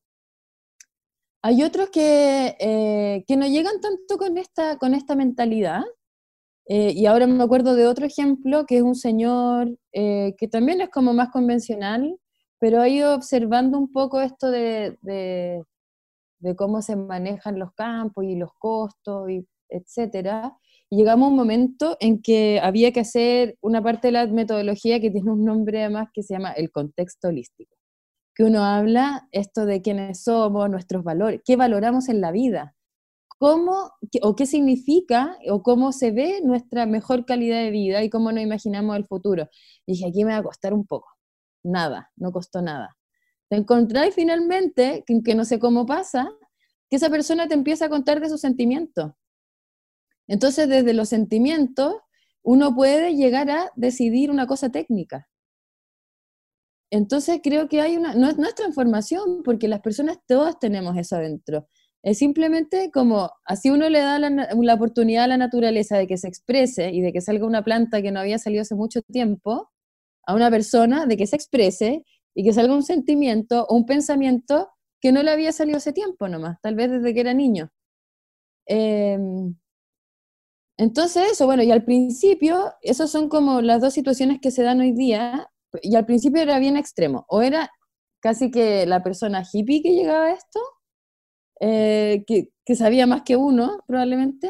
Hay otros que, eh, que no llegan tanto con esta, con esta mentalidad, eh, y ahora me acuerdo de otro ejemplo, que es un señor eh, que también es como más convencional, pero ha ido observando un poco esto de, de, de cómo se manejan los campos y los costos, y etcétera. Y llegamos a un momento en que había que hacer una parte de la metodología que tiene un nombre además que se llama el contexto holístico, que uno habla esto de quiénes somos, nuestros valores, qué valoramos en la vida, cómo qué, o qué significa o cómo se ve nuestra mejor calidad de vida y cómo nos imaginamos el futuro. Y dije, aquí me va a costar un poco. Nada, no costó nada. Te encontráis finalmente, que, que no sé cómo pasa, que esa persona te empieza a contar de sus sentimientos. Entonces, desde los sentimientos, uno puede llegar a decidir una cosa técnica. Entonces creo que hay una, no es, no es transformación, porque las personas todas tenemos eso adentro. Es simplemente como, así uno le da la, la oportunidad a la naturaleza de que se exprese y de que salga una planta que no había salido hace mucho tiempo, a una persona de que se exprese y que salga un sentimiento o un pensamiento que no le había salido hace tiempo nomás, tal vez desde que era niño. Eh, entonces eso, bueno, y al principio, esas son como las dos situaciones que se dan hoy día, y al principio era bien extremo, o era casi que la persona hippie que llegaba a esto, eh, que, que sabía más que uno, probablemente,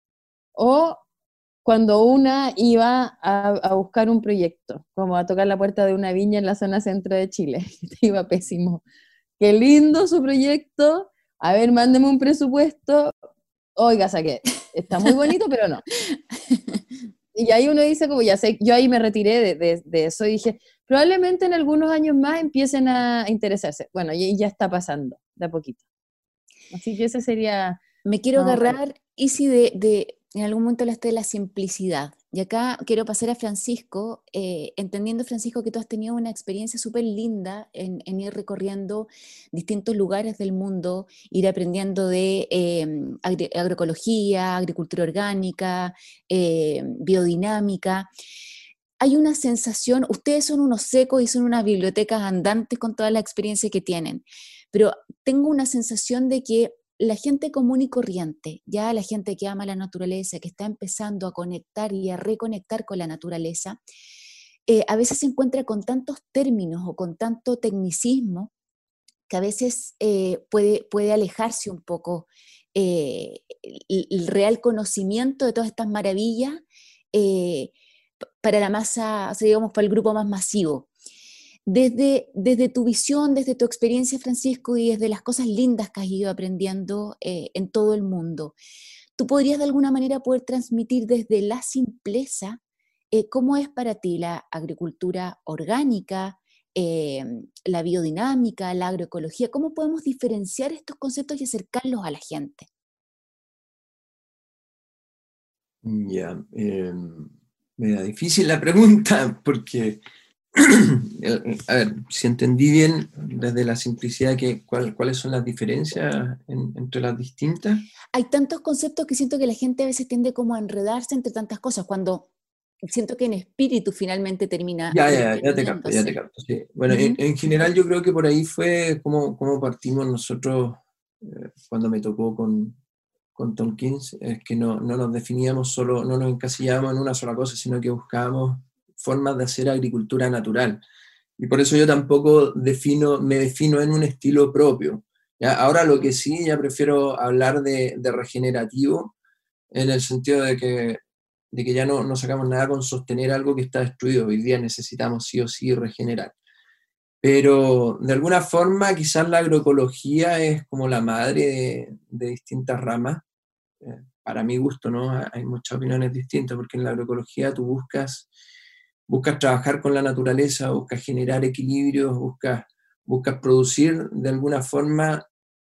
o cuando una iba a, a buscar un proyecto, como a tocar la puerta de una viña en la zona centro de Chile, te iba pésimo. Qué lindo su proyecto, a ver, mándeme un presupuesto, oiga, saqué, está muy bonito, pero no. Y ahí uno dice, como ya sé, yo ahí me retiré de, de, de eso y dije, probablemente en algunos años más empiecen a interesarse. Bueno, y ya está pasando, de a poquito. Así que ese sería... Me quiero no, agarrar, Isi, de, de, en algún momento hablaste de la simplicidad. Y acá quiero pasar a Francisco, eh, entendiendo, Francisco, que tú has tenido una experiencia súper linda en, en ir recorriendo distintos lugares del mundo, ir aprendiendo de eh, agri agroecología, agricultura orgánica, eh, biodinámica. Hay una sensación, ustedes son unos secos y son unas bibliotecas andantes con toda la experiencia que tienen, pero tengo una sensación de que la gente común y corriente, ya la gente que ama la naturaleza, que está empezando a conectar y a reconectar con la naturaleza, eh, a veces se encuentra con tantos términos o con tanto tecnicismo que a veces eh, puede, puede alejarse un poco eh, el, el real conocimiento de todas estas maravillas eh, para la masa, o sea, digamos, para el grupo más masivo. Desde, desde tu visión, desde tu experiencia, Francisco, y desde las cosas lindas que has ido aprendiendo eh, en todo el mundo, ¿tú podrías de alguna manera poder transmitir desde la simpleza eh, cómo es para ti la agricultura orgánica, eh, la biodinámica, la agroecología? ¿Cómo podemos diferenciar estos conceptos y acercarlos a la gente? Ya, yeah, eh, me da difícil la pregunta porque... A ver, si entendí bien desde la simplicidad, que, ¿cuál, ¿cuáles son las diferencias en, entre las distintas? Hay tantos conceptos que siento que la gente a veces tiende como a enredarse entre tantas cosas, cuando siento que en espíritu finalmente termina... Ya, ya, ya te capto, ya te capto. Sí. Bueno, uh-huh. en, en general yo creo que por ahí fue como, como partimos nosotros eh, cuando me tocó con, con Tompkins, es que no, no nos definíamos solo, no nos encasillábamos en una sola cosa, sino que buscábamos formas de hacer agricultura natural. Y por eso yo tampoco defino, me defino en un estilo propio. ¿Ya? Ahora lo que sí, ya prefiero hablar de, de regenerativo, en el sentido de que, de que ya no, no sacamos nada con sostener algo que está destruido. Hoy día necesitamos sí o sí regenerar. Pero de alguna forma quizás la agroecología es como la madre de, de distintas ramas. Eh, para mi gusto, ¿no? Hay muchas opiniones distintas, porque en la agroecología tú buscas... buscas trabajar con la naturaleza, buscas generar equilibrios, buscas, buscas producir de alguna forma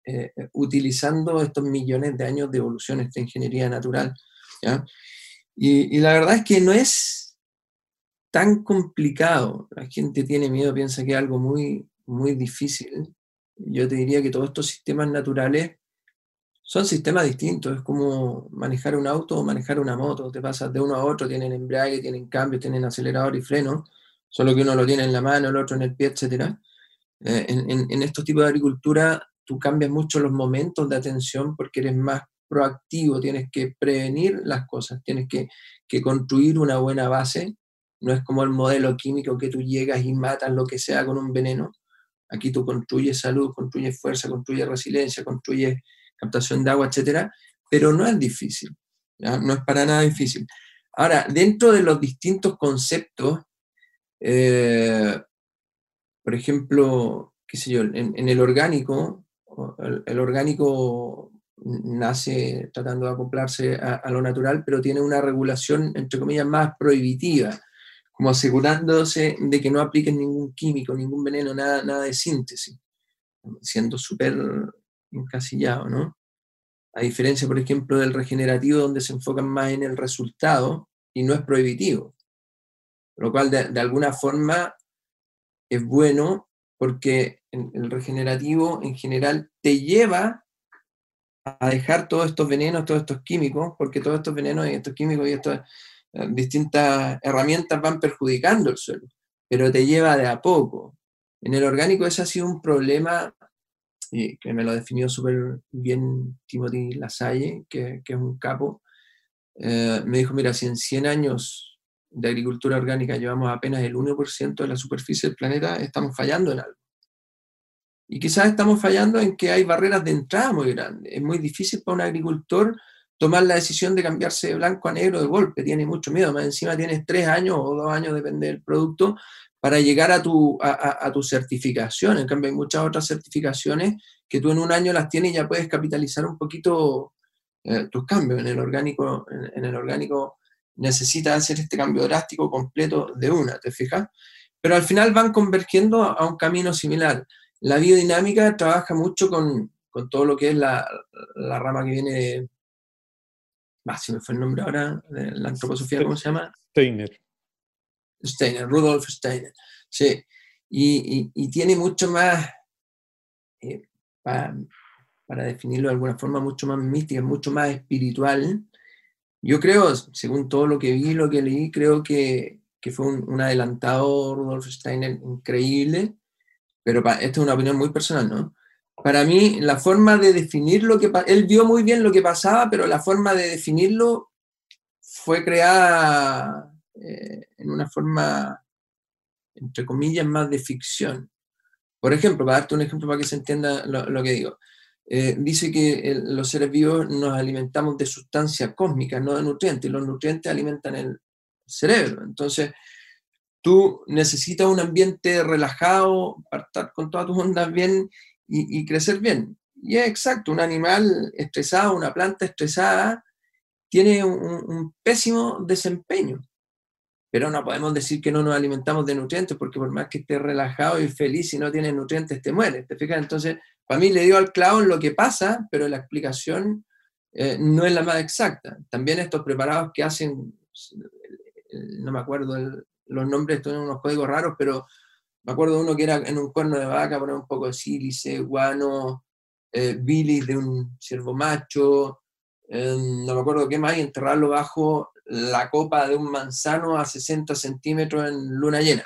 eh, utilizando estos millones de años de evolución, esta ingeniería natural, ¿ya? Y, y la verdad es que no es tan complicado. La gente tiene miedo, piensa que es algo muy, muy difícil. Yo te diría que todos estos sistemas naturales son sistemas distintos. Es como manejar un auto o manejar una moto. Te pasas de uno a otro, tienen embrague, tienen cambio, tienen acelerador y freno, solo que uno lo tiene en la mano, el otro en el pie, etcétera. Eh, en, en, en estos tipos de agricultura tú cambias mucho los momentos de atención porque eres más proactivo, tienes que prevenir las cosas, tienes que, que construir una buena base. No es como el modelo químico que tú llegas y matas lo que sea con un veneno. Aquí tú construyes salud, construyes fuerza, construyes resiliencia, construyes captación de agua, etcétera, pero no es difícil, ¿ya? No es para nada difícil. Ahora, dentro de los distintos conceptos, eh, por ejemplo, qué sé yo, en, en el orgánico, el, el orgánico nace tratando de acoplarse a, a lo natural, pero tiene una regulación, entre comillas, más prohibitiva, como asegurándose de que no apliquen ningún químico, ningún veneno, nada, nada de síntesis, siendo súper encasillado, ¿no? A diferencia, por ejemplo, del regenerativo, donde se enfocan más en el resultado y no es prohibitivo, lo cual de, de alguna forma es bueno porque el regenerativo en general te lleva a dejar todos estos venenos, todos estos químicos, porque todos estos venenos y estos químicos y estas eh, distintas herramientas van perjudicando el suelo, pero te lleva de a poco. En el orgánico ese ha sido un problema, y que me lo definió súper bien Timothy Lasalle, que, que es un capo. Eh, me dijo, mira, si en cien años de agricultura orgánica llevamos apenas el uno por ciento de la superficie del planeta, estamos fallando en algo. Y quizás estamos fallando en que hay barreras de entrada muy grandes. Es muy difícil para un agricultor tomar la decisión de cambiarse de blanco a negro de golpe. Tiene mucho miedo. Más encima tienes tres años o dos años, depende del producto, para llegar a tu, a, a, a tu certificación. En cambio, hay muchas otras certificaciones que tú en un año las tienes y ya puedes capitalizar un poquito eh, tus cambios. En el orgánico, en, en el orgánico necesitas hacer este cambio drástico completo de una, ¿te fijas? Pero al final van convergiendo a un camino similar. La biodinámica trabaja mucho con, con todo lo que es la, la rama que viene de... Ah, si me fue el nombre ahora, de la antroposofía, ¿cómo se llama? Steiner. Steiner, Rudolf Steiner. Sí. Y, y, y tiene mucho más, eh, para, para definirlo de alguna forma, mucho más mística, mucho más espiritual. Yo creo, según todo lo que vi, lo que leí, creo que, que fue un, un adelantado Rudolf Steiner increíble. Pero pa, esta es una opinión muy personal, ¿no? Para mí, la forma de definir lo que... Él vio muy bien lo que pasaba, pero la forma de definirlo fue creada eh, en una forma, entre comillas, más de ficción. Por ejemplo, para darte un ejemplo para que se entienda lo, lo que digo. Eh, dice que el, los seres vivos nos alimentamos de sustancias cósmicas, no de nutrientes, y los nutrientes alimentan el cerebro. Entonces, tú necesitas un ambiente relajado para estar con todas tus ondas bien y, y crecer bien. Y es exacto, un animal estresado, una planta estresada, tiene un, un pésimo desempeño. Pero no podemos decir que no nos alimentamos de nutrientes, porque por más que estés relajado y feliz, si no tienes nutrientes te mueres. ¿Te fijas? Entonces, para mí le dio al clavo en lo que pasa, pero la explicación eh, no es la más exacta. También estos preparados que hacen, no me acuerdo el, los nombres, tienen unos códigos raros, pero me acuerdo de uno que era en un cuerno de vaca, poner un poco de sílice, guano, eh, bilis de un ciervo macho, eh, no me acuerdo qué más, y enterrarlo bajo la copa de un manzano a sesenta centímetros en luna llena.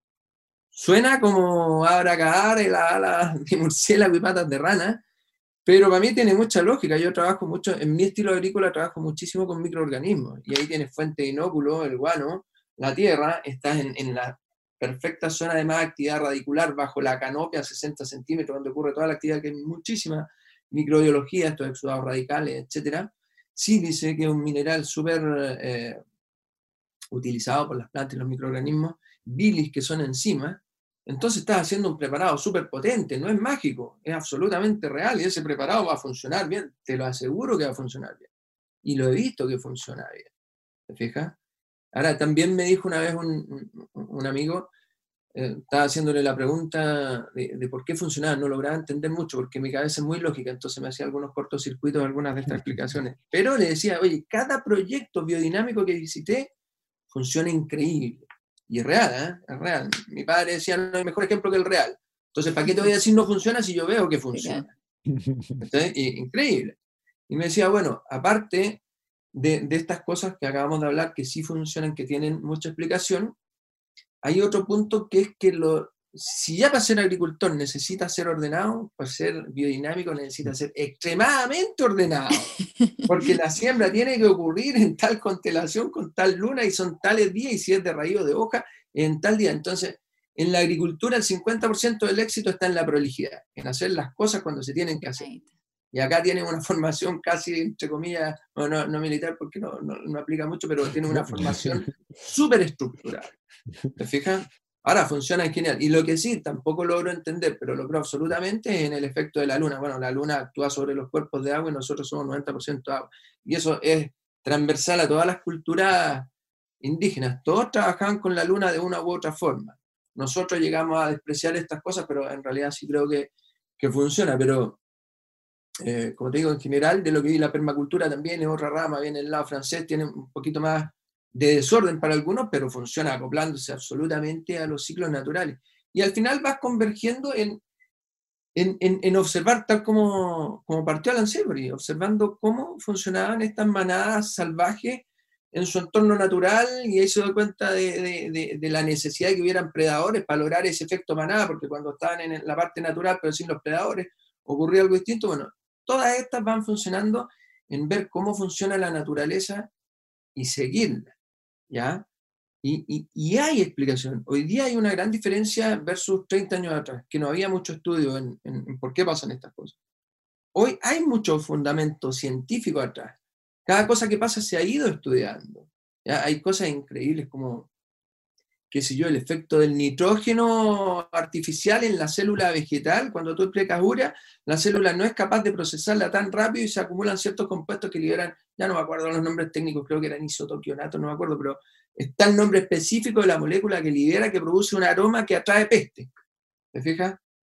Suena como abracadabra, la ala de murciélago y patas de rana, pero para mí tiene mucha lógica. Yo trabajo mucho, en mi estilo agrícola trabajo muchísimo con microorganismos, y ahí tienes fuente de inóculo, el guano, la tierra, estás en, en la perfecta zona de más actividad radicular, bajo la canopia a sesenta centímetros, donde ocurre toda la actividad, que es muchísima microbiología, estos exudados radicales, etcétera. Sí dice que es un mineral súper eh, utilizado por las plantas y los microorganismos, bilis, que son enzimas. Entonces estás haciendo un preparado súper potente, no es mágico, es absolutamente real, y ese preparado va a funcionar bien, te lo aseguro que va a funcionar bien. Y lo he visto que funciona bien, ¿te fijas? Ahora, también me dijo una vez un, un amigo, eh, estaba haciéndole la pregunta de, de por qué funcionaba, no lograba entender mucho, porque mi cabeza es muy lógica, entonces me hacía algunos cortocircuitos algunas de estas explicaciones. Pero le decía, oye, cada proyecto biodinámico que visité funciona increíble. Y es real, ¿eh? Es real. Mi padre decía, no hay mejor ejemplo que el real. Entonces, ¿para qué te voy a decir no funciona si yo veo que funciona? Entonces, increíble. Y me decía, bueno, aparte de, de estas cosas que acabamos de hablar, que sí funcionan, que tienen mucha explicación, hay otro punto que es que lo, si ya para ser agricultor necesita ser ordenado, para ser biodinámico necesita ser extremadamente ordenado, porque la siembra tiene que ocurrir en tal constelación, con tal luna, y son tales días, y si es de raíz o de hoja, en tal día. Entonces, en la agricultura el cincuenta por ciento del éxito está en la prolijidad, en hacer las cosas cuando se tienen que hacer. Y acá tienen una formación casi, entre comillas, no, no, no militar porque no, no, no aplica mucho, pero tiene una formación súper estructural. ¿Te fijas? Ahora funciona genial. Y lo que sí, tampoco logro entender, pero logro absolutamente, es en el efecto de la luna. Bueno, la luna actúa sobre los cuerpos de agua y nosotros somos noventa por ciento agua. Y eso es transversal a todas las culturas indígenas. Todos trabajaban con la luna de una u otra forma. Nosotros llegamos a despreciar estas cosas, pero en realidad sí creo que, que funciona. Pero, eh, como te digo, en general, de lo que vi la permacultura también es otra rama, viene el lado francés, tiene un poquito más de desorden para algunos, pero funciona acoplándose absolutamente a los ciclos naturales. Y al final vas convergiendo en, en, en, en observar, tal como, como partió Alan Savory, observando cómo funcionaban estas manadas salvajes en su entorno natural, y ahí se da cuenta de, de, de, de la necesidad de que hubieran predadores para lograr ese efecto manada, porque cuando estaban en la parte natural, pero sin los predadores, ocurría algo distinto. Bueno, todas estas van funcionando en ver cómo funciona la naturaleza y seguirla. ¿Ya? Y, y, y hay explicación. Hoy día hay una gran diferencia versus treinta años atrás, que no había mucho estudio en, en, en por qué pasan estas cosas. Hoy hay mucho fundamento científico atrás. Cada cosa que pasa se ha ido estudiando. ¿Ya? Hay cosas increíbles como, qué sé yo, el efecto del nitrógeno artificial en la célula vegetal. Cuando tú aplicas urea, la célula no es capaz de procesarla tan rápido y se acumulan ciertos compuestos que liberan, ya no me acuerdo los nombres técnicos, creo que eran isotoquionatos, no me acuerdo, pero está el nombre específico de la molécula que libera, que produce un aroma que atrae peste. ¿Te fijas?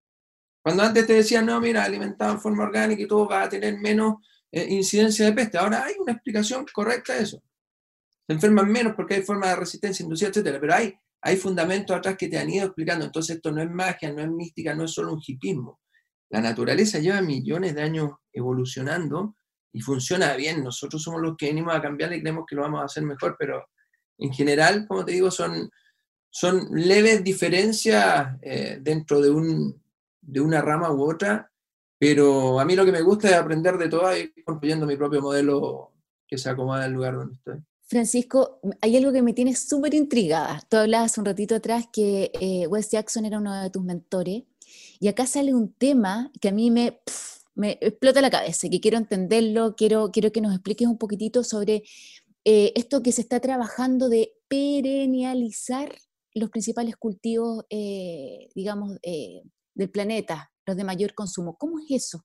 Cuando antes te decían, no, mira, alimentado en forma orgánica y todo va a tener menos eh, incidencia de peste. Ahora hay una explicación correcta de eso. Se enferman menos porque hay formas de resistencia inducida, etcétera, pero hay, hay fundamentos atrás que te han ido explicando. Entonces esto no es magia, no es mística, no es solo un hipismo. La naturaleza lleva millones de años evolucionando y funciona bien. Nosotros somos los que venimos a cambiarla y creemos que lo vamos a hacer mejor, pero en general, como te digo, son, son leves diferencias eh, dentro de, un, de una rama u otra, pero a mí lo que me gusta es aprender de todo y ir construyendo mi propio modelo que se acomoda al lugar donde estoy. Francisco, hay algo que me tiene súper intrigada. Tú hablabas un ratito atrás que eh, Wes Jackson era uno de tus mentores, y acá sale un tema que a mí me, pff, me explota la cabeza, que quiero entenderlo, quiero, quiero que nos expliques un poquitito sobre eh, esto que se está trabajando de perennializar los principales cultivos, eh, digamos, eh, del planeta, los de mayor consumo. ¿Cómo es eso?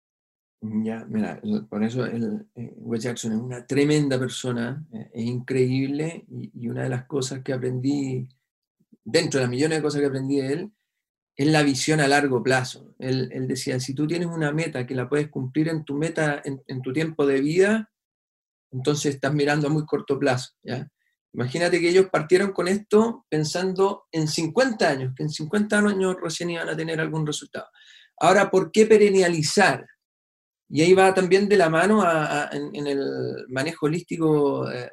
Ya, mira, por eso el, eh, Wes Jackson es una tremenda persona, eh, es increíble, y, y una de las cosas que aprendí, dentro de las millones de cosas que aprendí de él, es la visión a largo plazo. Él, él decía, si tú tienes una meta que la puedes cumplir en tu meta, en, en tu tiempo de vida, entonces estás mirando a muy corto plazo, ¿ya? Imagínate que ellos partieron con esto pensando en cincuenta años, que en cincuenta años recién iban a tener algún resultado. Ahora, ¿por qué perennializar? Y ahí va también de la mano a, a, en, en el manejo holístico eh,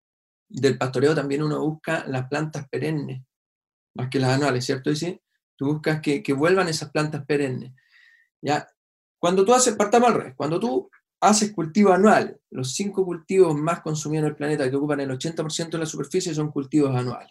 del pastoreo, también uno busca las plantas perennes, más que las anuales, ¿cierto? Y sí, tú buscas que, que vuelvan esas plantas perennes. ¿Ya? Cuando tú haces, partamos al revés, cuando tú haces cultivo anual, los cinco cultivos más consumidos en el planeta, que ocupan el ochenta por ciento de la superficie, son cultivos anuales.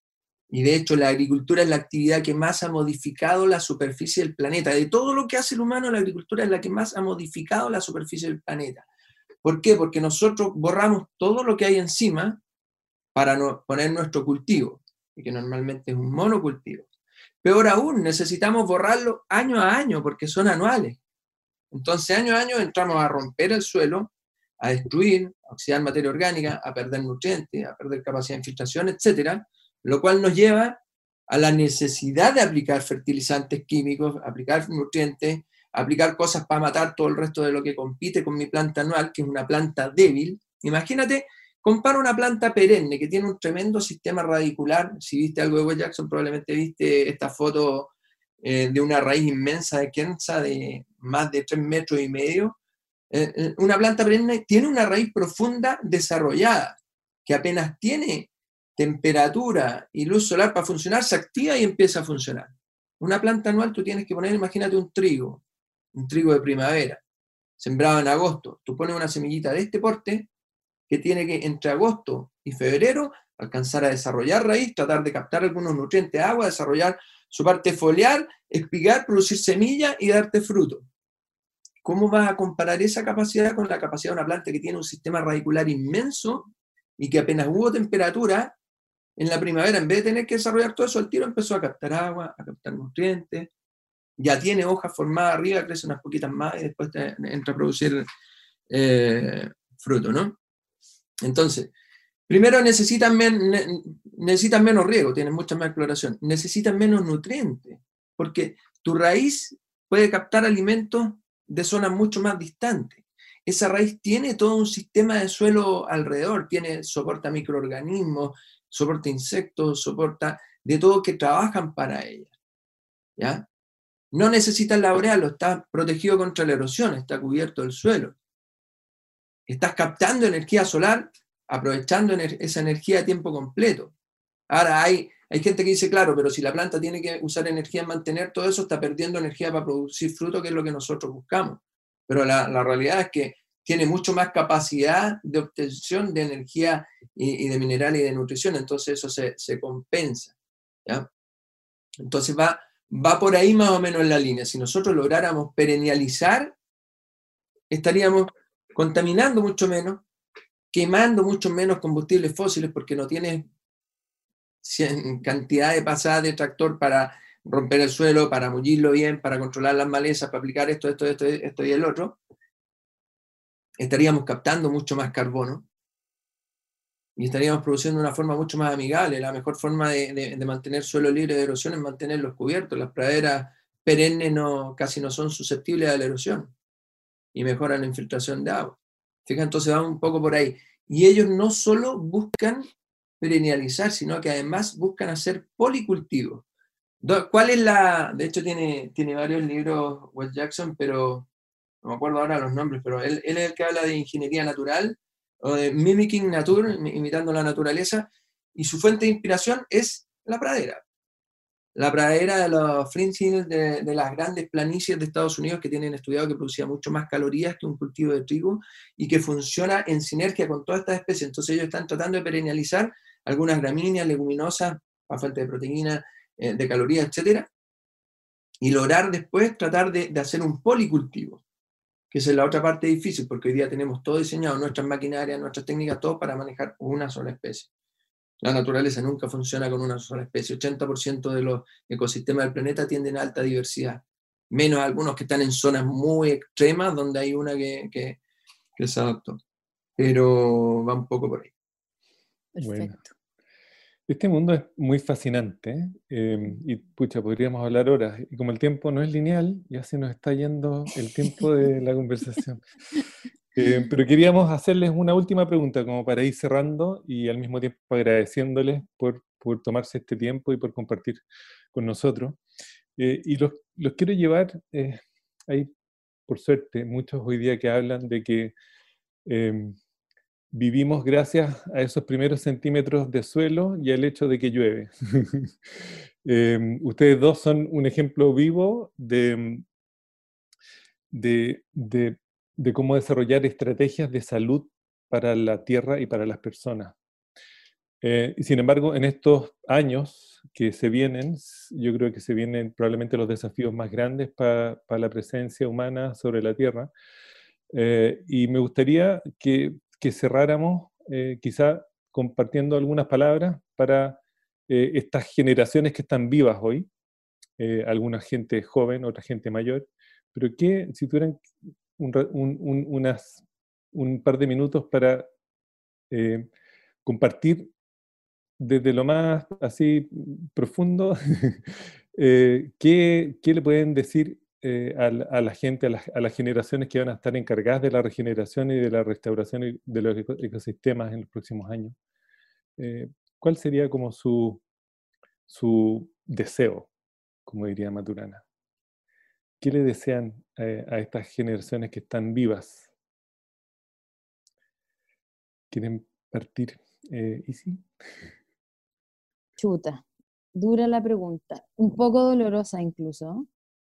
Y de hecho la agricultura es la actividad que más ha modificado la superficie del planeta. De todo lo que hace el humano, la agricultura es la que más ha modificado la superficie del planeta. ¿Por qué? Porque nosotros borramos todo lo que hay encima para no poner nuestro cultivo, y que normalmente es un monocultivo. Peor aún, necesitamos borrarlo año a año porque son anuales. Entonces año a año entramos a romper el suelo, a destruir, a oxidar materia orgánica, a perder nutrientes, a perder capacidad de infiltración, etcétera, lo cual nos lleva a la necesidad de aplicar fertilizantes químicos, aplicar nutrientes, aplicar cosas para matar todo el resto de lo que compite con mi planta anual, que es una planta débil. Imagínate, compara una planta perenne que tiene un tremendo sistema radicular. Si viste algo de Wes Jackson, probablemente viste esta foto eh, de una raíz inmensa de Kenza de más de tres metros y medio. Eh, una planta perenne tiene una raíz profunda desarrollada, que apenas tiene temperatura y luz solar para funcionar, se activa y empieza a funcionar. Una planta anual tú tienes que poner, imagínate un trigo, un trigo de primavera, sembrado en agosto. Tú pones una semillita de este porte que tiene que entre agosto y febrero alcanzar a desarrollar raíz, tratar de captar algunos nutrientes de agua, desarrollar su parte foliar, espigar, producir semilla y darte fruto. ¿Cómo vas a comparar esa capacidad con la capacidad de una planta que tiene un sistema radicular inmenso y que apenas hubo temperatura, en la primavera, en vez de tener que desarrollar todo eso, el tiro empezó a captar agua, a captar nutrientes, ya tiene hojas formadas arriba, crece unas poquitas más y después te entra a producir eh, fruto, ¿no? Entonces, primero necesitan, men necesitan menos riego, tienen mucha más exploración, necesitan menos nutrientes, porque tu raíz puede captar alimentos de zonas mucho más distantes. Esa raíz tiene todo un sistema de suelo alrededor, tiene, soporta microorganismos, soporta insectos, soporta de todo que trabajan para ella. ¿Ya? No necesitas labrearlo, está protegido contra la erosión, está cubierto el suelo. Estás captando energía solar, aprovechando ener esa energía a tiempo completo. Ahora hay, hay gente que dice, claro, pero si la planta tiene que usar energía en mantener todo eso, está perdiendo energía para producir fruto, que es lo que nosotros buscamos. Pero la, la realidad es que tiene mucho más capacidad de obtención de energía y, y de mineral y de nutrición, entonces eso se, se compensa. ¿Ya? Entonces va, va por ahí más o menos en la línea. Si nosotros lográramos perennializar, estaríamos contaminando mucho menos, quemando mucho menos combustibles fósiles porque no tienes cantidad de pasadas de tractor para romper el suelo, para mullirlo bien, para controlar las malezas, para aplicar esto, esto, esto, esto y el otro. Estaríamos captando mucho más carbono y estaríamos produciendo de una forma mucho más amigable. La mejor forma de, de, de mantener suelo libre de erosión es mantenerlos cubiertos. Las praderas perennes no, casi no son susceptibles a la erosión y mejoran la infiltración de agua. Fíjate, entonces va un poco por ahí. Y ellos no solo buscan perennializar, sino que además buscan hacer policultivos. ¿Cuál es la...? De hecho tiene, tiene varios libros Wes Jackson, pero no me acuerdo ahora los nombres, pero él, él es el que habla de ingeniería natural, o de mimicking nature, imitando la naturaleza, y su fuente de inspiración es la pradera. La pradera de los Flint Hills, de, de las grandes planicies de Estados Unidos que tienen estudiado que producía mucho más calorías que un cultivo de trigo y que funciona en sinergia con todas estas especies. Entonces ellos están tratando de perennializar algunas gramíneas, leguminosas, a falta de proteína, eh, de calorías, etcétera, y lograr después tratar de, de hacer un policultivo, que esa es la otra parte difícil, porque hoy día tenemos todo diseñado, nuestras maquinarias, nuestras técnicas, todo para manejar una sola especie. La naturaleza nunca funciona con una sola especie. ochenta por ciento de los ecosistemas del planeta tienden a alta diversidad, menos algunos que están en zonas muy extremas donde hay una que, que, que se adaptó. Pero va un poco por ahí. Perfecto. Bueno. Este mundo es muy fascinante eh, y pucha, podríamos hablar horas. Y como el tiempo no es lineal, ya se nos está yendo el tiempo de la conversación. Eh, pero queríamos hacerles una última pregunta como para ir cerrando y al mismo tiempo agradeciéndoles por, por tomarse este tiempo y por compartir con nosotros. Eh, y los, los quiero llevar, eh, hay por suerte muchos hoy día que hablan de que eh, vivimos gracias a esos primeros centímetros de suelo y al hecho de que llueve. eh, ustedes dos son un ejemplo vivo de, de, de, de cómo desarrollar estrategias de salud para la tierra y para las personas. Eh, y sin embargo, en estos años que se vienen, yo creo que se vienen probablemente los desafíos más grandes para pa la presencia humana sobre la tierra. Eh, y me gustaría que que cerráramos eh, quizá compartiendo algunas palabras para eh, estas generaciones que están vivas hoy, eh, alguna gente joven, otra gente mayor, pero que si tuvieran un, un, un, unas, un par de minutos para eh, compartir desde lo más así profundo, eh, ¿qué, qué le pueden decir eh, a, la, a la gente, a, la, a las generaciones que van a estar encargadas de la regeneración y de la restauración de los eco, ecosistemas en los próximos años? Eh, ¿Cuál sería como su, su deseo, como diría Maturana? ¿Qué le desean eh, a estas generaciones que están vivas? ¿Quieren partir? Eh, ¿Isi? Chuta, dura la pregunta, un poco dolorosa incluso.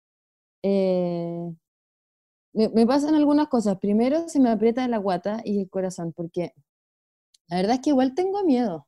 Eh, me, me pasan algunas cosas. Primero se me aprieta la guata y el corazón, porque la verdad es que igual tengo miedo.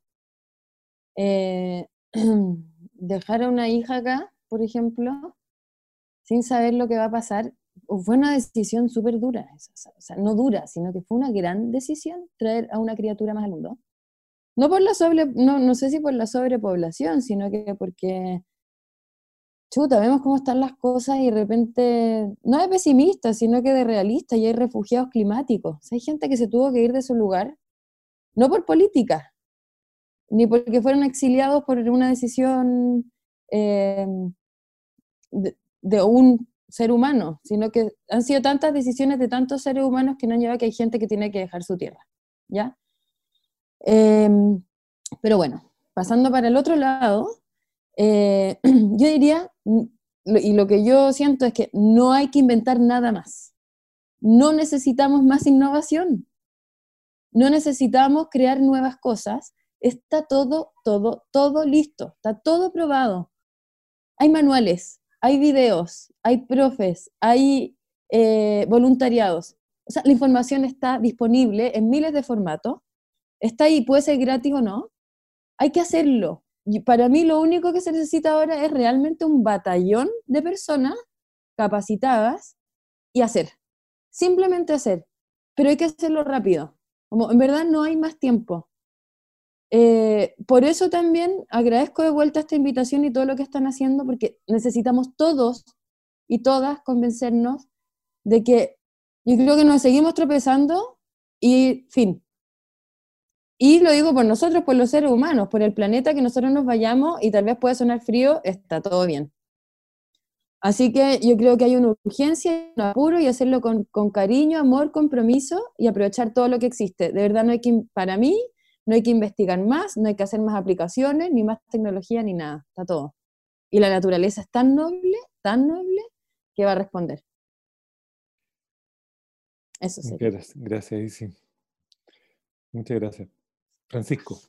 Eh, dejar a una hija acá, por ejemplo, sin saber lo que va a pasar, fue una decisión súper dura. O sea, no dura, sino que fue una gran decisión traer a una criatura más al mundo. No por la sobre, no, no sé si por la sobrepoblación, sino que porque, chuta, vemos cómo están las cosas y de repente, no de pesimista, sino que de realista, y hay refugiados climáticos. O sea, hay gente que se tuvo que ir de su lugar, no por política, ni porque fueron exiliados por una decisión eh, de, de un ser humano, sino que han sido tantas decisiones de tantos seres humanos que no han llevado a que hay gente que tiene que dejar su tierra, ¿ya? Eh, pero bueno, pasando para el otro lado, eh, yo diría, y lo que yo siento es que no hay que inventar nada más. No necesitamos más innovación. No necesitamos crear nuevas cosas. Está todo, todo, todo listo. Está todo probado. Hay manuales, hay videos, hay profes, hay eh, voluntariados. O sea, la información está disponible en miles de formatos. Está ahí, puede ser gratis o no. Hay que hacerlo. Y para mí lo único que se necesita ahora es realmente un batallón de personas capacitadas y hacer. Simplemente hacer. Pero hay que hacerlo rápido. Como en verdad no hay más tiempo. Eh, por eso también agradezco de vuelta esta invitación y todo lo que están haciendo, porque necesitamos todos y todas convencernos de que yo creo que nos seguimos tropezando y fin. Y lo digo por nosotros, por los seres humanos, por el planeta, que nosotros nos vayamos y tal vez puede sonar frío, está todo bien. Así que yo creo que hay una urgencia, un apuro, y hacerlo con, con cariño, amor, compromiso y aprovechar todo lo que existe. De verdad, no hay que, para mí, no hay que investigar más, no hay que hacer más aplicaciones, ni más tecnología, ni nada. Está todo. Y la naturaleza es tan noble, tan noble, que va a responder. Eso sería. Gracias, gracias, Isi. Muchas gracias. Francisco.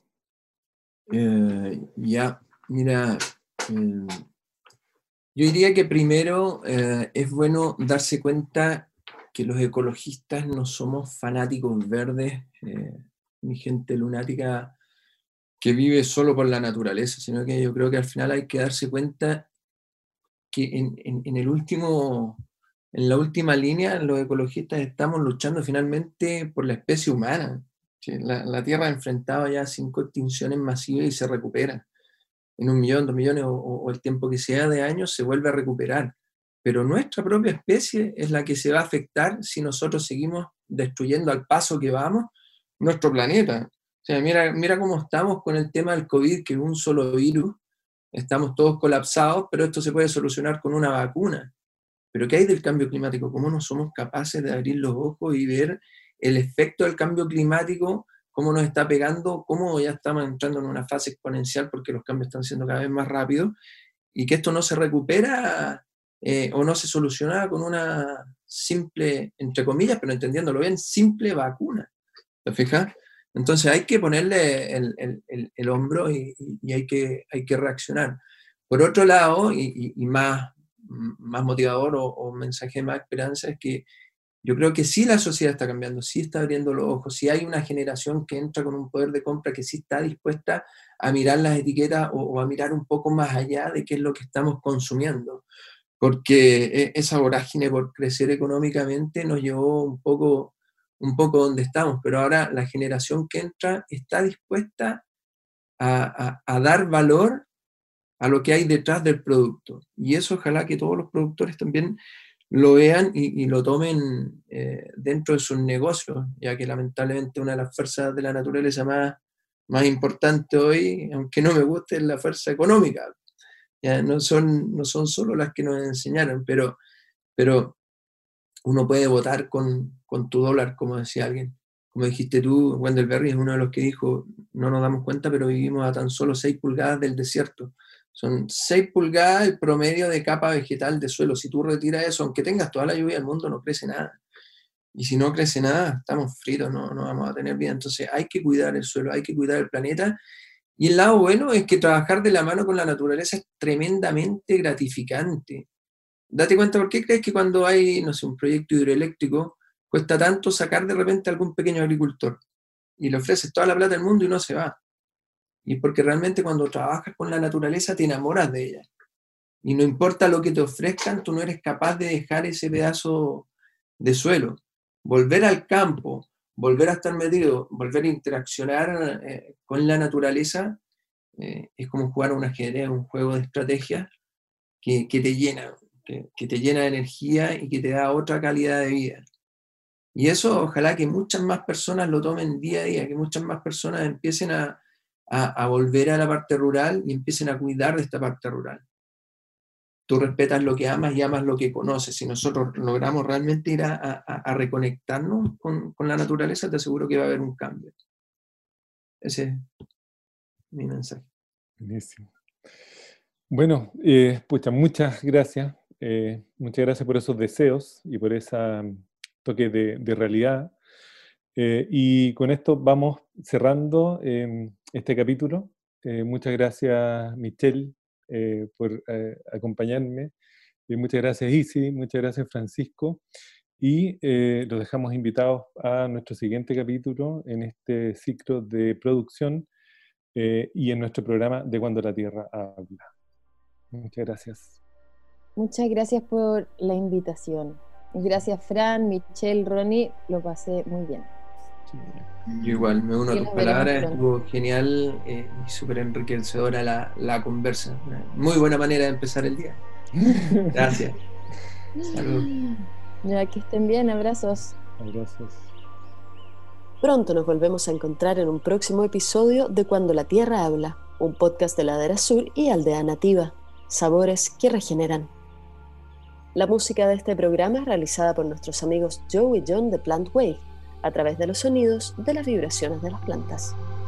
Eh, ya, mira, eh, yo diría que primero eh, es bueno darse cuenta que los ecologistas no somos fanáticos verdes, eh, ni gente lunática que vive solo por la naturaleza, sino que yo creo que al final hay que darse cuenta que en, en, en el último, en la última línea los ecologistas estamos luchando finalmente por la especie humana. La, la Tierra ha enfrentado ya cinco extinciones masivas y se recupera. En un millón, dos millones o, o el tiempo que sea de años se vuelve a recuperar. Pero nuestra propia especie es la que se va a afectar si nosotros seguimos destruyendo al paso que vamos nuestro planeta. O sea, mira, mira cómo estamos con el tema del COVID, que es un solo virus. Estamos todos colapsados, pero esto se puede solucionar con una vacuna. Pero ¿qué hay del cambio climático? ¿Cómo no somos capaces de abrir los ojos y ver el efecto del cambio climático, cómo nos está pegando, cómo ya estamos entrando en una fase exponencial porque los cambios están siendo cada vez más rápidos, y que esto no se recupera eh, o no se soluciona con una simple, entre comillas, pero entendiéndolo bien, simple vacuna? ¿Te fijas? Entonces hay que ponerle el, el, el, el hombro y, y hay, que, hay que reaccionar. Por otro lado, y, y, y más, más motivador o, o mensaje de más esperanza, es que yo creo que sí la sociedad está cambiando, sí está abriendo los ojos, sí hay una generación que entra con un poder de compra que sí está dispuesta a mirar las etiquetas o, o a mirar un poco más allá de qué es lo que estamos consumiendo. Porque esa vorágine por crecer económicamente nos llevó un poco, un poco donde estamos, pero ahora la generación que entra está dispuesta a, a, a dar valor a lo que hay detrás del producto. Y eso ojalá que todos los productores también lo vean y, y lo tomen eh, dentro de sus negocios, ya que lamentablemente una de las fuerzas de la naturaleza más, más importante hoy, aunque no me guste, es la fuerza económica. Ya no son, no son solo las que nos enseñaron, pero, pero uno puede votar con, con tu dólar, como decía alguien. Como dijiste tú, Wendell Berry es uno de los que dijo, no nos damos cuenta, pero vivimos a tan solo seis pulgadas del desierto. Son seis pulgadas el promedio de capa vegetal de suelo. Si tú retiras eso, aunque tengas toda la lluvia del mundo, no crece nada. Y si no crece nada, estamos fritos, no, no vamos a tener vida. Entonces hay que cuidar el suelo, hay que cuidar el planeta. Y el lado bueno es que trabajar de la mano con la naturaleza es tremendamente gratificante. Date cuenta, ¿por qué crees que cuando hay, no sé, un proyecto hidroeléctrico, cuesta tanto sacar de repente a algún pequeño agricultor? Y le ofreces toda la plata del mundo y no se va. Y es porque realmente cuando trabajas con la naturaleza te enamoras de ella. Y no importa lo que te ofrezcan, tú no eres capaz de dejar ese pedazo de suelo. Volver al campo, volver a estar metido, volver a interaccionar eh, con la naturaleza, eh, es como jugar a un ajedrez, un juego de estrategia que, que te llena, que, que te llena de energía y que te da otra calidad de vida. Y eso ojalá que muchas más personas lo tomen día a día, que muchas más personas empiecen a, a, a volver a la parte rural y empiecen a cuidar de esta parte rural. Tú respetas lo que amas y amas lo que conoces. Si nosotros logramos realmente ir a, a, a reconectarnos con, con la naturaleza, te aseguro que va a haber un cambio. Ese es mi mensaje. Buenísimo. Bueno, eh, pucha, muchas gracias. Eh, muchas gracias por esos deseos y por ese toque de, de realidad. Eh, y con esto vamos cerrando eh, este capítulo. Eh, muchas gracias, Michelle, eh, por eh, acompañarme. Y muchas gracias, Isi. Muchas gracias, Francisco. Y eh, los dejamos invitados a nuestro siguiente capítulo en este ciclo de producción eh, y en nuestro programa de Cuando la Tierra Habla. Muchas gracias. Muchas gracias por la invitación. Gracias, Fran, Michelle, Ronnie. Lo pasé muy bien. Yo igual, me uno a Y tus nos palabras, veremos estuvo genial eh, y súper enriquecedora la, la conversa. Una muy buena manera de empezar el día. Gracias. Saludos. Ya que estén bien, abrazos. Abrazos. Pronto nos volvemos a encontrar en un próximo episodio de Cuando la Tierra Habla, un podcast de Ladera Sur y Aldea Nativa, sabores que regeneran. La música de este programa es realizada por nuestros amigos Joe y John de Plant Wave, a través de los sonidos de las vibraciones de las plantas.